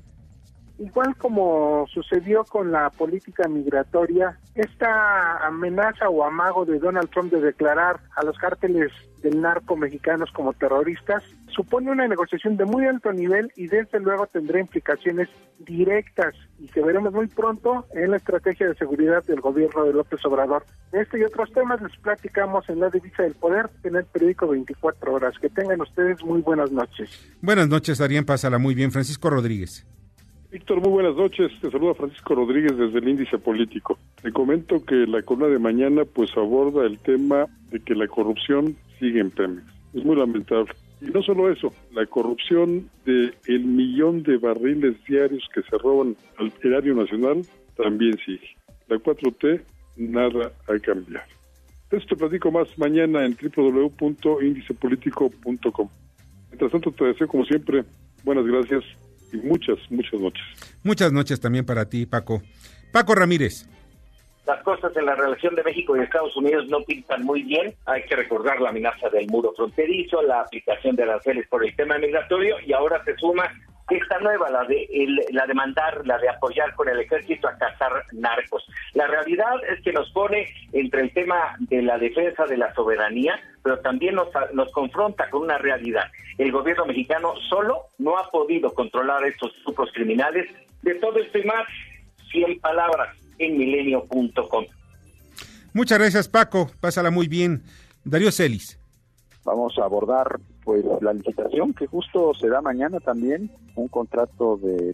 Igual como sucedió con la política migratoria, esta amenaza o amago de Donald Trump de declarar a los cárteles del narco mexicanos como terroristas supone una negociación de muy alto nivel y desde luego tendrá implicaciones directas y que veremos muy pronto en la estrategia de seguridad del gobierno de López Obrador. De este y otros temas les platicamos en La Divisa del Poder en el periódico 24 Horas. Que tengan ustedes muy buenas noches. Buenas noches, Adrián, pásala muy bien. Francisco Rodríguez. Víctor, muy buenas noches. Te saluda Francisco Rodríguez desde el Índice Político. Te comento que la columna de mañana pues aborda el tema de que la corrupción sigue en Pemex. Es muy lamentable. Y no solo eso, la corrupción de el 1,000,000 de barriles diarios que se roban al erario nacional también sigue. La 4T, nada a cambiar. Esto te platico más mañana en www.indicepolitico.com. Mientras tanto, te deseo como siempre buenas gracias y muchas noches. Muchas noches también para ti, Paco. Paco Ramírez. Las cosas en la relación de México y Estados Unidos no pintan muy bien. Hay que recordar la amenaza del muro fronterizo, la aplicación de aranceles por el tema migratorio y ahora se suma esta nueva, la de mandar, la de apoyar con el ejército a cazar narcos. La realidad es que nos pone entre el tema de la defensa de la soberanía, pero también nos confronta con una realidad. El gobierno mexicano solo no ha podido controlar estos grupos criminales. De todo esto y más, 100 palabras en milenio.com. Muchas gracias, Paco. Pásala muy bien. Darío Celis. Vamos a abordar pues la licitación que justo se da mañana también, un contrato de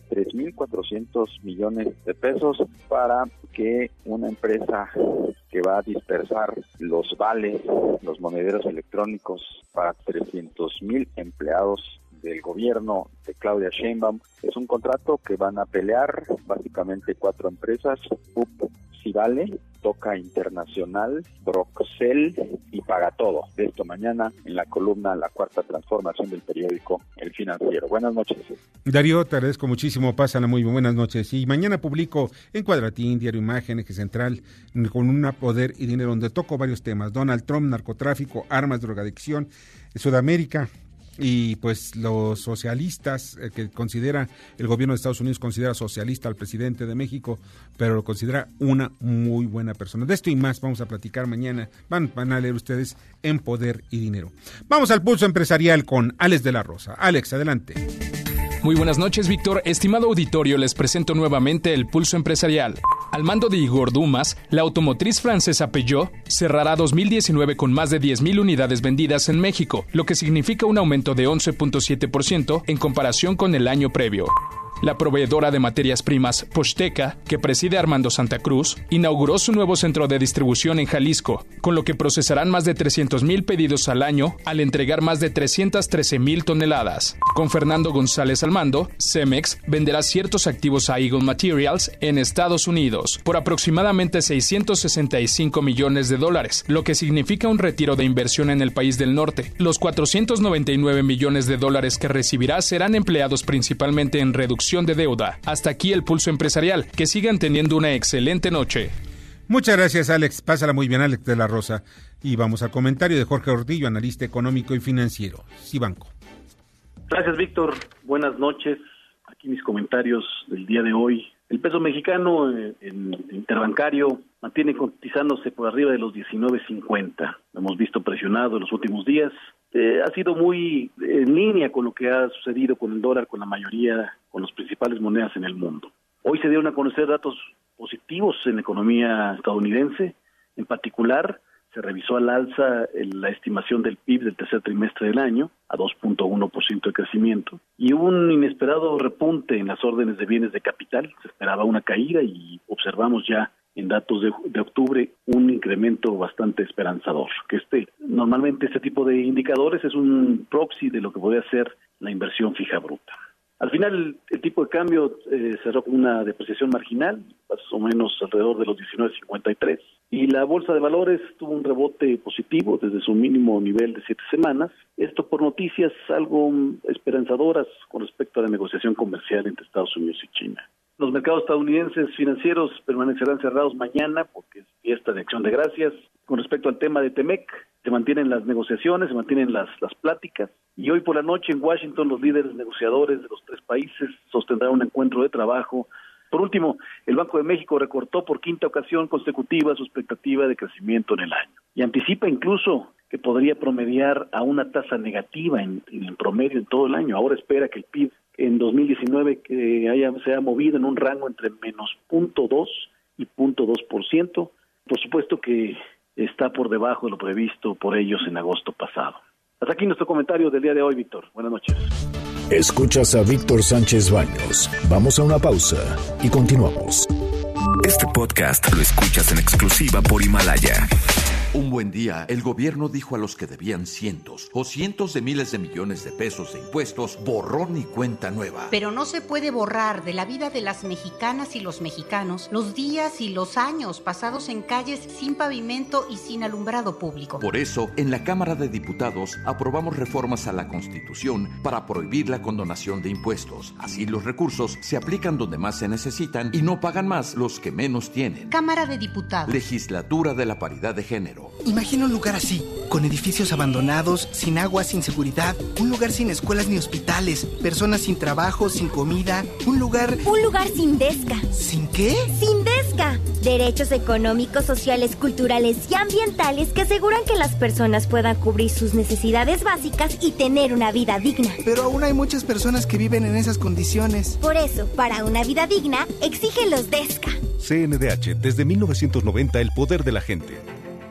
3,400 millones de pesos para que una empresa que va a dispersar los vales, los monederos electrónicos para 300,000 empleados del gobierno de Claudia Sheinbaum. Es un contrato que van a pelear básicamente 4 empresas: UP, Civale, Toca Internacional, Broxel y Pagatodo. De esto mañana en la columna La Cuarta Transformación del periódico El Financiero. Buenas noches. Darío, te agradezco muchísimo, pásala muy buenas noches. Y mañana publico en Cuadratín, Diario Imagen, Eje Central, con una Poder y Dinero, donde toco varios temas: Donald Trump, narcotráfico, armas, drogadicción, Sudamérica, y pues los socialistas que considera, el gobierno de Estados Unidos considera socialista al presidente de México, pero lo considera una muy buena persona. De esto y más vamos a platicar mañana, van a leer ustedes en Poder y Dinero. Vamos al pulso empresarial con Alex de la Rosa. Alex, adelante. Muy buenas noches, Víctor. Estimado auditorio, les presento nuevamente el pulso empresarial. Al mando de Igor Dumas, la automotriz francesa Peugeot cerrará 2019 con más de 10,000 unidades vendidas en México, lo que significa un aumento de 11.7% en comparación con el año previo. La proveedora de materias primas Posteca, que preside Armando Santa Cruz, inauguró su nuevo centro de distribución en Jalisco, con lo que procesarán más de 300,000 pedidos al año al entregar más de 313,000 toneladas. Con Fernando González al mando, Cemex venderá ciertos activos a Eagle Materials en Estados Unidos por aproximadamente $665 millones, lo que significa un retiro de inversión en el país del norte. Los $499 millones que recibirá serán empleados principalmente en reducción de deuda. Hasta aquí el pulso empresarial. Que sigan teniendo una excelente noche. Muchas gracias, Alex. Pásala muy bien, Alex de la Rosa. Y vamos al comentario de Jorge Gordillo, analista económico y financiero, Cibanco. Gracias, Víctor. Buenas noches. Aquí mis comentarios del día de hoy. El peso mexicano en interbancario mantiene cotizándose por arriba de los 19.50. Lo hemos visto presionado en los últimos días. Ha sido muy en línea con lo que ha sucedido con el dólar, con la mayoría, con las principales monedas en el mundo. Hoy se dieron a conocer datos positivos en la economía estadounidense. En particular, se revisó al alza la estimación del PIB del tercer trimestre del año, a 2.1% de crecimiento, y hubo un inesperado repunte en las órdenes de bienes de capital. Se esperaba una caída y observamos ya en datos de octubre un incremento bastante esperanzador. Que normalmente este tipo de indicadores es un proxy de lo que puede ser la inversión fija bruta. Al final, el tipo de cambio cerró con una depreciación marginal, más o menos alrededor de los 19.53, y la bolsa de valores tuvo un rebote positivo desde su mínimo nivel de 7 semanas. Esto por noticias algo esperanzadoras con respecto a la negociación comercial entre Estados Unidos y China. Los mercados estadounidenses financieros permanecerán cerrados mañana porque es fiesta de Acción de Gracias. Con respecto al tema de TEMEC, se mantienen las negociaciones, se mantienen las pláticas. Y hoy por la noche en Washington los líderes negociadores de los tres países sostendrán un encuentro de trabajo. Por último, el Banco de México recortó por quinta ocasión consecutiva su expectativa de crecimiento en el año. Y anticipa incluso que podría promediar a una tasa negativa en el promedio en todo el año. Ahora espera que el PIB en 2019 se haya movido en un rango entre menos 0.2 y 0.2%. Por supuesto que está por debajo de lo previsto por ellos en agosto pasado. Hasta aquí nuestro comentario del día de hoy, Víctor. Buenas noches. Escuchas a Víctor Sánchez Baños. Vamos a una pausa y continuamos. Este podcast lo escuchas en exclusiva por Himalaya. Un buen día, el gobierno dijo a los que debían cientos o cientos de miles de millones de pesos de impuestos, borrón y cuenta nueva. Pero no se puede borrar de la vida de las mexicanas y los mexicanos los días y los años pasados en calles sin pavimento y sin alumbrado público. Por eso, en la Cámara de Diputados aprobamos reformas a la Constitución para prohibir la condonación de impuestos. Así los recursos se aplican donde más se necesitan y no pagan más los que menos tienen. Cámara de Diputados. Legislatura de la Paridad de Género. Imagina un lugar así, con edificios abandonados, sin agua, sin seguridad, un lugar sin escuelas ni hospitales, personas sin trabajo, sin comida, un lugar sin DESCA. ¿Sin qué? Sin DESCA. Derechos económicos, sociales, culturales y ambientales que aseguran que las personas puedan cubrir sus necesidades básicas y tener una vida digna. Pero aún hay muchas personas que viven en esas condiciones. Por eso, para una vida digna, exige los DESCA. CNDH, desde 1990, el poder de la gente.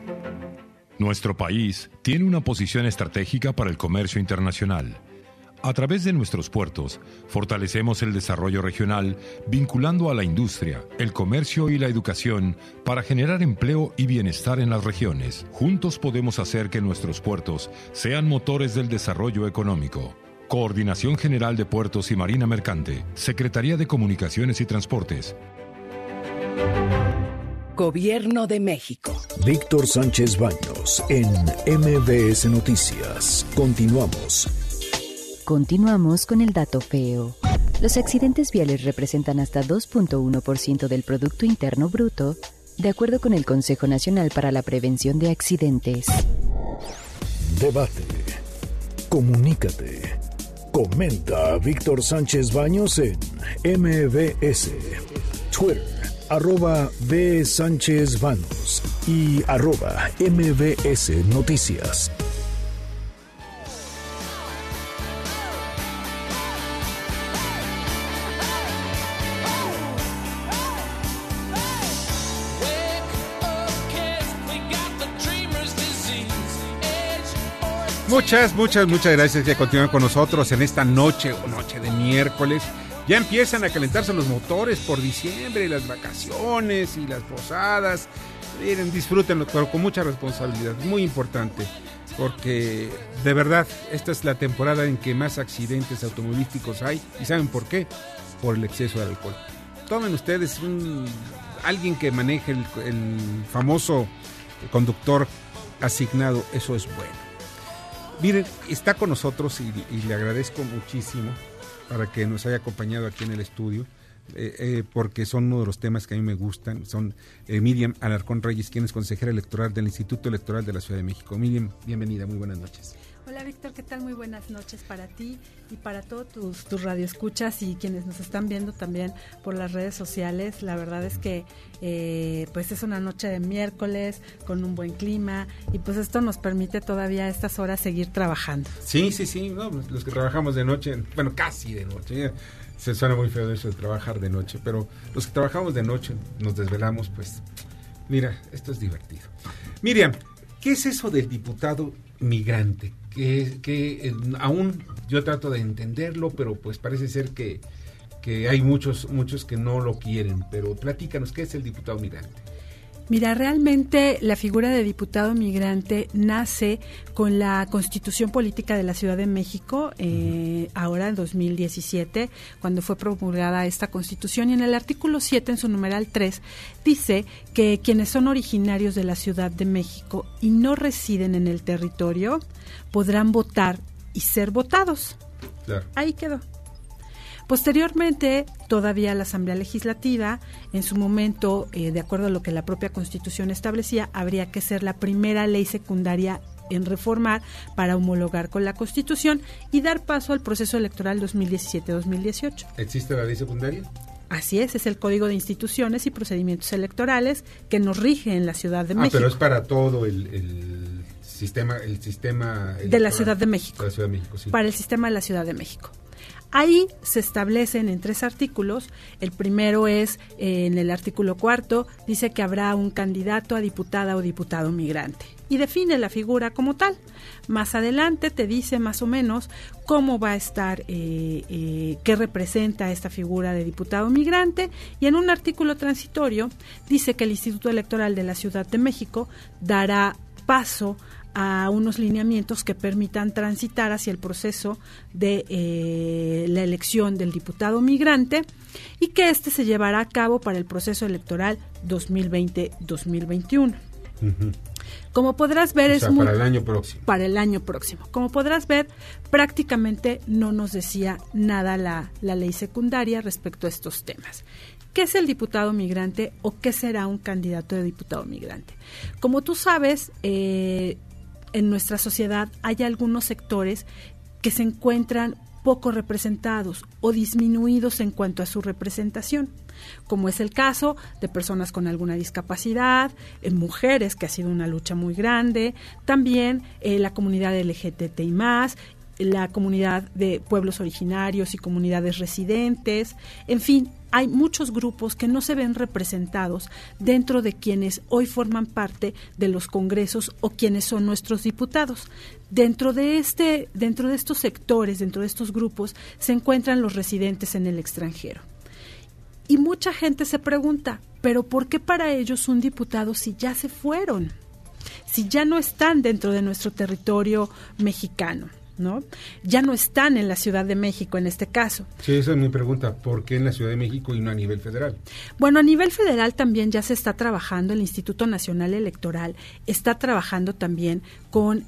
Nuestro país tiene una posición estratégica para el comercio internacional. A través de nuestros puertos, fortalecemos el desarrollo regional, vinculando a la industria, el comercio y la educación para generar empleo y bienestar en las regiones. Juntos podemos hacer que nuestros puertos sean motores del desarrollo económico. Coordinación General de Puertos y Marina Mercante, Secretaría de Comunicaciones y Transportes. Gobierno de México. Víctor Sánchez Baños en MBS Noticias. Continuamos. Continuamos con el dato feo. Los accidentes viales representan hasta 2.1% del Producto Interno Bruto, de acuerdo con el Consejo Nacional para la Prevención de Accidentes. Debate. Comunícate. Comenta a Víctor Sánchez Baños en MBS. Twitter, @B. Sánchez Baños y @MBS Noticias. Muchas gracias que continúan con nosotros en esta noche de miércoles. Ya empiezan a calentarse los motores por diciembre, las vacaciones y las posadas. Miren, disfrútenlo, pero con mucha responsabilidad, muy importante, porque de verdad esta es la temporada en que más accidentes automovilísticos hay. ¿Y saben por qué? Por el exceso de alcohol. Tomen ustedes alguien que maneje el famoso conductor asignado, eso es bueno. Miren, está con nosotros y le agradezco muchísimo para que nos haya acompañado aquí en el estudio porque son uno de los temas que a mí me gustan. Son Miriam Alarcón Reyes, quien es consejera electoral del Instituto Electoral de la Ciudad de México. Miriam, bienvenida, muy buenas noches. Hola Víctor, ¿qué tal? Muy buenas noches para ti y para todos tus radioescuchas y quienes nos están viendo también por las redes sociales. La verdad es que pues es una noche de miércoles con un buen clima y pues esto nos permite todavía a estas horas seguir trabajando. Sí, no, los que trabajamos de noche, bueno, casi de noche, se suena muy feo eso de trabajar de noche, pero los que trabajamos de noche, nos desvelamos, pues mira, esto es divertido. Miriam, ¿qué es eso del diputado migrante? Que aún yo trato de entenderlo, pero pues parece ser que hay muchos que no lo quieren, pero platícanos, ¿qué es el diputado migrante? Mira, realmente la figura de diputado migrante nace con la Constitución Política de la Ciudad de México, ahora en 2017, cuando fue promulgada esta Constitución, y en el artículo 7, en su numeral 3, dice que quienes son originarios de la Ciudad de México y no residen en el territorio podrán votar y ser votados. Claro. Ahí quedó. Posteriormente, todavía la Asamblea Legislativa, en su momento, de acuerdo a lo que la propia Constitución establecía, habría que ser la primera ley secundaria en reformar para homologar con la Constitución y dar paso al proceso electoral 2017-2018. ¿Existe la ley secundaria? Así es el Código de Instituciones y Procedimientos Electorales que nos rige en la Ciudad de México. Pero es para todo el sistema de la Ciudad de México. De la Ciudad de México, sí. Para el sistema de la Ciudad de México. Ahí se establecen en 3 artículos. El primero es, en el artículo 4, dice que habrá un candidato a diputada o diputado migrante y define la figura como tal. Más adelante te dice más o menos cómo va a estar, qué representa esta figura de diputado migrante, y en un artículo transitorio dice que el Instituto Electoral de la Ciudad de México dará paso a unos lineamientos que permitan transitar hacia el proceso de la elección del diputado migrante y que este se llevará a cabo para el proceso electoral 2020-2021. Uh-huh. Como podrás ver, para el año próximo. Para el año próximo. Como podrás ver, prácticamente no nos decía nada la ley secundaria respecto a estos temas. ¿Qué es el diputado migrante o qué será un candidato de diputado migrante? Como tú sabes, en nuestra sociedad hay algunos sectores que se encuentran poco representados o disminuidos en cuanto a su representación, como es el caso de personas con alguna discapacidad, mujeres, que ha sido una lucha muy grande, también la comunidad LGBTI+, la comunidad de pueblos originarios y comunidades residentes, en fin, hay muchos grupos que no se ven representados dentro de quienes hoy forman parte de los congresos o quienes son nuestros diputados. Dentro de estos sectores, dentro de estos grupos, se encuentran los residentes en el extranjero. Y mucha gente se pregunta, ¿pero por qué para ellos un diputado si ya se fueron? Si ya no están dentro de nuestro territorio mexicano, ¿no? Ya no están en la Ciudad de México en este caso. Sí, esa es mi pregunta, ¿por qué en la Ciudad de México y no a nivel federal? Bueno, a nivel federal también ya se está trabajando, el Instituto Nacional Electoral está trabajando también con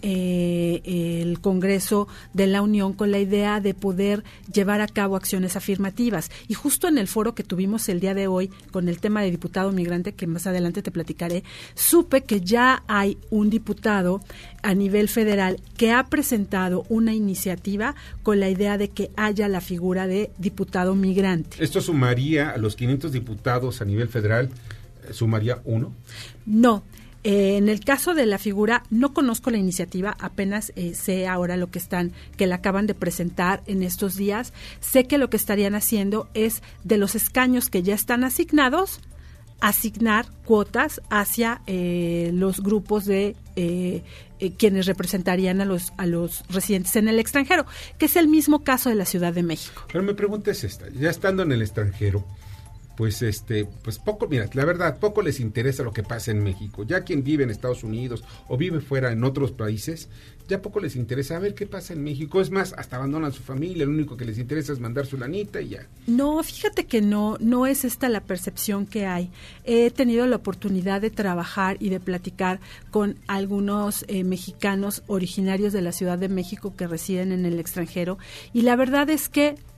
el Congreso de la Unión con la idea de poder llevar a cabo acciones afirmativas. Y justo en el foro que tuvimos el día de hoy con el tema de diputado migrante, que más adelante te platicaré, supe que ya hay un diputado a nivel federal que ha presentado una iniciativa con la idea de que haya la figura de diputado migrante. ¿Esto sumaría a los 500 diputados a nivel federal, sumaría uno? No. En el caso de la figura, no conozco la iniciativa, apenas sé ahora que la acaban de presentar en estos días. Sé que lo que estarían haciendo es, de los escaños que ya están asignados, asignar cuotas hacia los grupos de quienes representarían a los residentes en el extranjero, que es el mismo caso de la Ciudad de México. Pero mi pregunta es esta, ya estando en el extranjero, pues poco, mira, la verdad, poco les interesa lo que pasa en México. Ya quien vive en Estados Unidos o vive fuera en otros países, ya poco les interesa a ver qué pasa en México. Es más, hasta abandonan su familia, lo único que les interesa es mandar su lanita y ya. No, fíjate que no es esta la percepción que hay. He tenido la oportunidad de trabajar y de platicar con algunos mexicanos originarios de la Ciudad de México que residen en el extranjero, y la verdad es que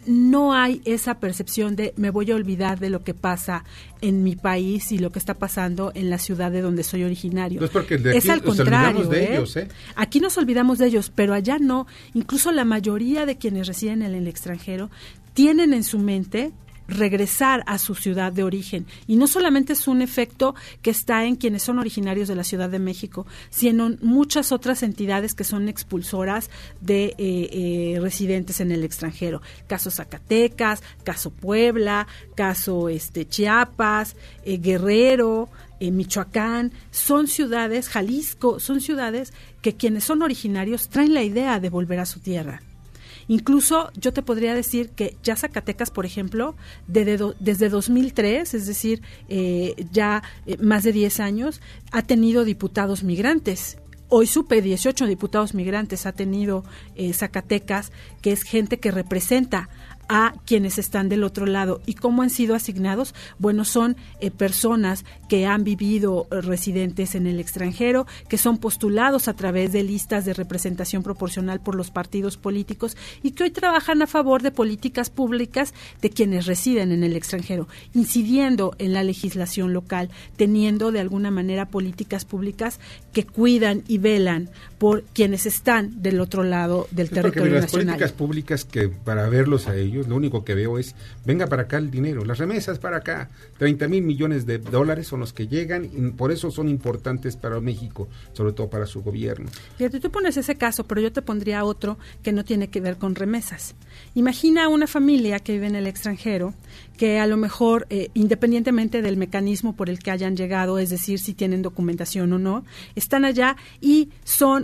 no hay esa percepción de me voy a olvidar de lo que pasa en mi país y lo que está pasando en la ciudad de donde soy originario. No es porque de aquí es al contrario, de ellos, Aquí nos olvidamos de ellos, pero allá no. Incluso la mayoría de quienes residen en el extranjero tienen en su mente regresar a su ciudad de origen. Y no solamente es un efecto que está en quienes son originarios de la Ciudad de México, sino en muchas otras entidades que son expulsoras de residentes en el extranjero. Caso Zacatecas, caso Puebla, caso Chiapas, Guerrero, Michoacán, son ciudades, Jalisco, son ciudades que quienes son originarios traen la idea de volver a su tierra. Incluso yo te podría decir que ya Zacatecas, por ejemplo, desde 2003, es decir, más de 10 años, ha tenido diputados migrantes. Hoy supe 18 diputados migrantes ha tenido Zacatecas, que es gente que representa a quienes están del otro lado. ¿Y cómo han sido asignados? Bueno, son personas que han vivido residentes en el extranjero, que son postulados a través de listas de representación proporcional por los partidos políticos y que hoy trabajan a favor de políticas públicas de quienes residen en el extranjero, incidiendo en la legislación local, teniendo de alguna manera políticas públicas que cuidan y velan por quienes están del otro lado del territorio las nacional. Políticas públicas que para verlos a ellos, lo único que veo es, venga para acá el dinero, las remesas para acá, 30,000 millones de dólares son los que llegan y por eso son importantes para México, sobre todo para su gobierno. Fíjate, tú pones ese caso, pero yo te pondría otro que no tiene que ver con remesas. Imagina una familia que vive en el extranjero, que a lo mejor, independientemente del mecanismo por el que hayan llegado, es decir, si tienen documentación o no, están allá y son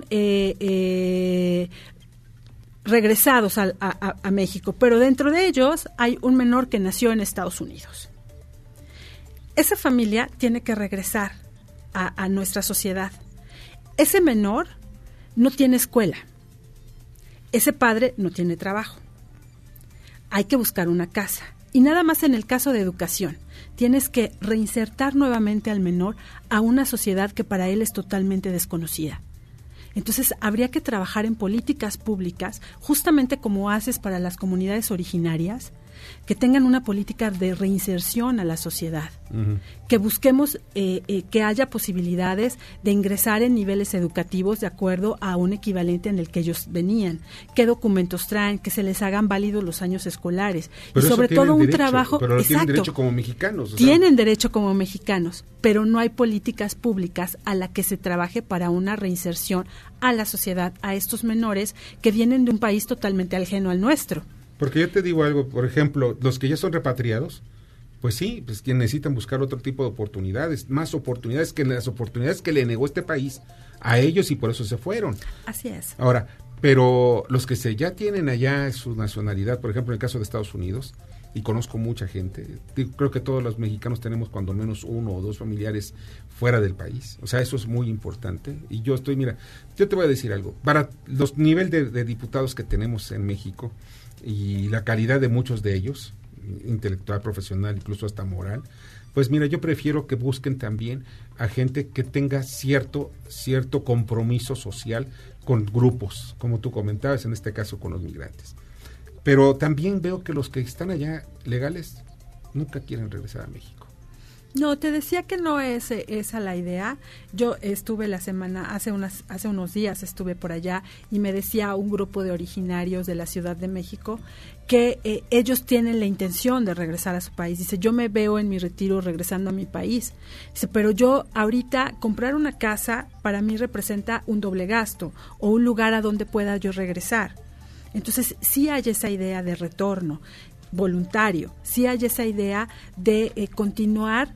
regresados a México, pero dentro de ellos hay un menor que nació en Estados Unidos. Esa familia tiene que regresar a nuestra sociedad. Ese menor no tiene escuela. Ese padre no tiene trabajo. Hay que buscar una casa. Y nada más en el caso de educación. Tienes que reinsertar nuevamente al menor a una sociedad que para él es totalmente desconocida. Entonces, habría que trabajar en políticas públicas, justamente como haces para las comunidades originarias, que tengan una política de reinserción a la sociedad, que busquemos que haya posibilidades de ingresar en niveles educativos de acuerdo a un equivalente en el que ellos venían, qué documentos traen, que se les hagan válidos los años escolares, pero y sobre todo un derecho, trabajo... Pero exacto, tienen derecho como mexicanos. Tienen derecho como mexicanos, pero no hay políticas públicas a la que se trabaje para una reinserción a la sociedad, a estos menores que vienen de un país totalmente ajeno al nuestro. Porque yo te digo algo, por ejemplo, los que ya son repatriados, pues sí, pues que necesitan buscar otro tipo de oportunidades, más oportunidades que las oportunidades que le negó este país a ellos y por eso se fueron. Así es. Ahora, pero los que ya tienen allá su nacionalidad, por ejemplo, en el caso de Estados Unidos, y conozco mucha gente, creo que todos los mexicanos tenemos cuando menos uno o dos familiares fuera del país, o sea, eso es muy importante, y yo te voy a decir algo, para los niveles de diputados que tenemos en México, y la calidad de muchos de ellos, intelectual, profesional, incluso hasta moral, pues mira, yo prefiero que busquen también a gente que tenga cierto compromiso social con grupos, como tú comentabas, en este caso con los migrantes. Pero también veo que los que están allá legales nunca quieren regresar a México. No, te decía que no es esa la idea. Yo estuve la semana, hace unos días estuve por allá y me decía un grupo de originarios de la Ciudad de México que ellos tienen la intención de regresar a su país. Dice, yo me veo en mi retiro regresando a mi país. Dice, pero yo ahorita comprar una casa para mí representa un doble gasto o un lugar a donde pueda yo regresar. Entonces, sí hay esa idea de retorno voluntario, sí hay esa idea de continuar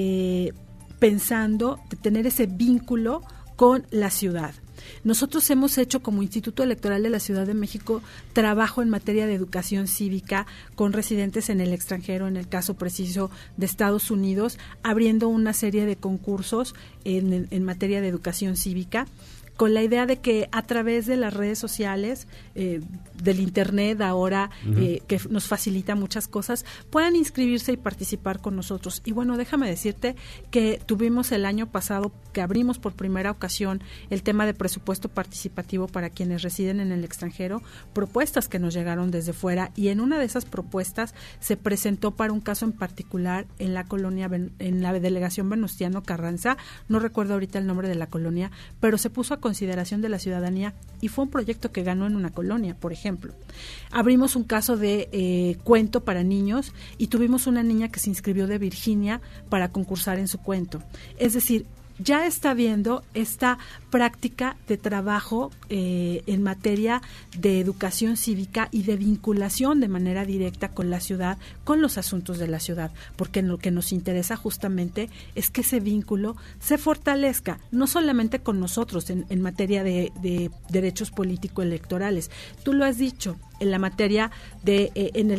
pensando, de tener ese vínculo con la ciudad. Nosotros hemos hecho como Instituto Electoral de la Ciudad de México trabajo en materia de educación cívica con residentes en el extranjero, en el caso preciso de Estados Unidos, abriendo una serie de concursos en materia de educación cívica con la idea de que a través de las redes sociales, del internet ahora, que nos facilita muchas cosas, puedan inscribirse y participar con nosotros. Y bueno, déjame decirte que tuvimos el año pasado, que abrimos por primera ocasión el tema de presupuesto participativo para quienes residen en el extranjero, propuestas que nos llegaron desde fuera, y en una de esas propuestas se presentó para un caso en particular en la colonia, en la delegación Venustiano Carranza, no recuerdo ahorita el nombre de la colonia, pero se puso a consideración de la ciudadanía y fue un proyecto que ganó en una colonia, por ejemplo. Abrimos un caso de cuento para niños y tuvimos una niña que se inscribió de Virginia para concursar en su cuento. Es decir, ya está viendo esta práctica de trabajo en materia de educación cívica y de vinculación de manera directa con la ciudad, con los asuntos de la ciudad, porque lo que nos interesa justamente es que ese vínculo se fortalezca, no solamente con nosotros en materia de derechos político-electorales. Tú lo has dicho, en la materia de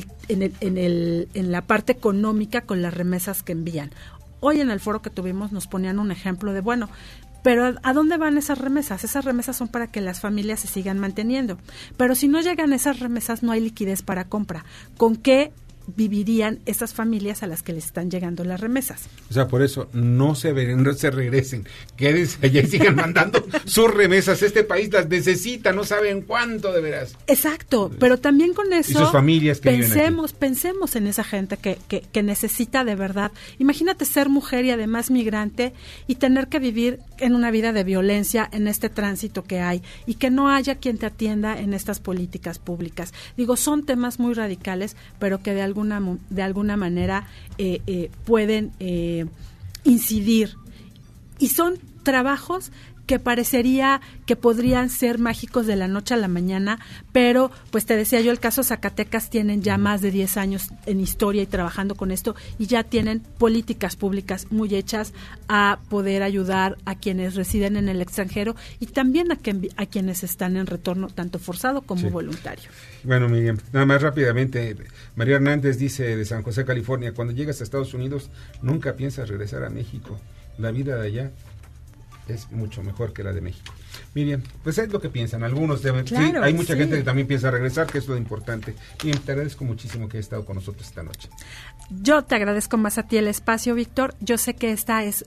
en la parte económica con las remesas que envían. Hoy en el foro que tuvimos nos ponían un ejemplo de, bueno, pero ¿a dónde van esas remesas? Esas remesas son para que las familias se sigan manteniendo. Pero si no llegan esas remesas, no hay liquidez para compra. ¿Con qué vivirían esas familias a las que les están llegando las remesas? O sea, por eso no se regresen, quédense allá y sigan mandando sus remesas. Este país las necesita, no saben cuánto, de veras. Exacto, pero también con eso, y sus familias que pensemos en esa gente que necesita de verdad. Imagínate ser mujer y además migrante y tener que vivir en una vida de violencia en este tránsito que hay y que no haya quien te atienda en estas políticas públicas. Digo, son temas muy radicales, pero que de alguna manera pueden incidir. Y son trabajos que parecería que podrían ser mágicos de la noche a la mañana, pero pues te decía yo, el caso Zacatecas tienen ya más de 10 años en historia y trabajando con esto y ya tienen políticas públicas muy hechas a poder ayudar a quienes residen en el extranjero y también a quienes están en retorno, tanto forzado como voluntario. Bueno, Miriam, nada más rápidamente, María Hernández dice de San José, California, cuando llegas a Estados Unidos nunca piensas regresar a México, la vida de allá es mucho mejor que la de México. Miriam, pues es lo que piensan algunos. Claro, sí, hay mucha gente que también piensa regresar, que es lo importante. Miriam, te agradezco muchísimo que hayas estado con nosotros esta noche. Yo te agradezco más a ti el espacio, Víctor. Yo sé que esta es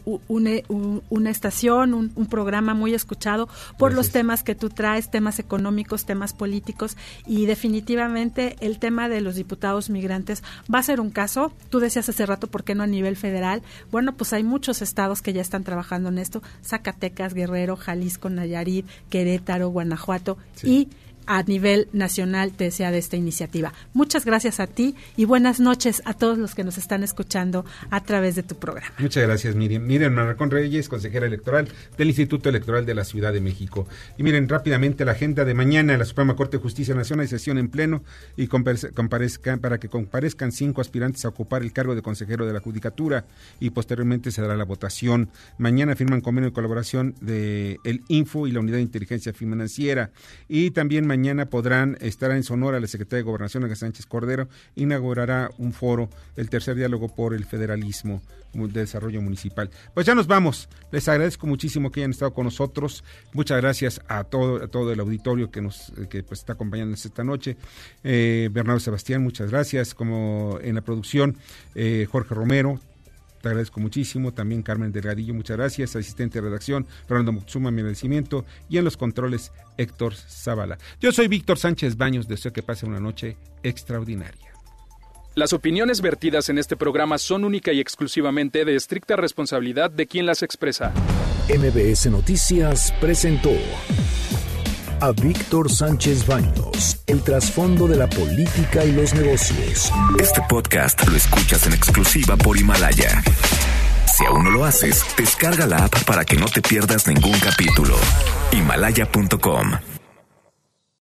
una estación, un programa muy escuchado por los temas que tú traes, temas económicos, temas políticos, y definitivamente el tema de los diputados migrantes va a ser un caso. Tú decías hace rato, ¿por qué no a nivel federal? Bueno, pues hay muchos estados que ya están trabajando en esto: Zacatecas, Guerrero, Jalisco, Nayarit, Querétaro, Guanajuato, y a nivel nacional te desea de esta iniciativa. Muchas gracias a ti y buenas noches a todos los que nos están escuchando a través de tu programa. Muchas gracias, Miriam. Miriam Alarcón Reyes, consejera electoral del Instituto Electoral de la Ciudad de México. Y miren rápidamente la agenda de mañana en la Suprema Corte de Justicia Nacional, sesión en pleno y para que comparezcan 5 aspirantes a ocupar el cargo de consejero de la Judicatura y posteriormente se dará la votación. Mañana firman convenio de colaboración de el Info y la Unidad de Inteligencia Financiera, y también mañana podrán estar en Sonora la secretaria de Gobernación, Olga Sánchez Cordero, inaugurará un foro, el tercer diálogo por el federalismo de desarrollo municipal. Pues ya nos vamos, les agradezco muchísimo que hayan estado con nosotros, muchas gracias a todo el auditorio que pues está acompañándonos esta noche. Bernardo Sebastián, muchas gracias, como en la producción Jorge Romero, te agradezco muchísimo, también Carmen Delgadillo, muchas gracias, asistente de redacción Fernando Moxuma, mi agradecimiento, y en los controles Héctor Zavala. Yo soy Víctor Sánchez Baños, deseo que pasen una noche extraordinaria. Las opiniones vertidas en este programa son única y exclusivamente de estricta responsabilidad de quien las expresa. MBS Noticias presentó a Víctor Sánchez Baños, el trasfondo de la política y los negocios. Este podcast lo escuchas en exclusiva por Himalaya. Si aún no lo haces, descarga la app para que no te pierdas ningún capítulo. Himalaya.com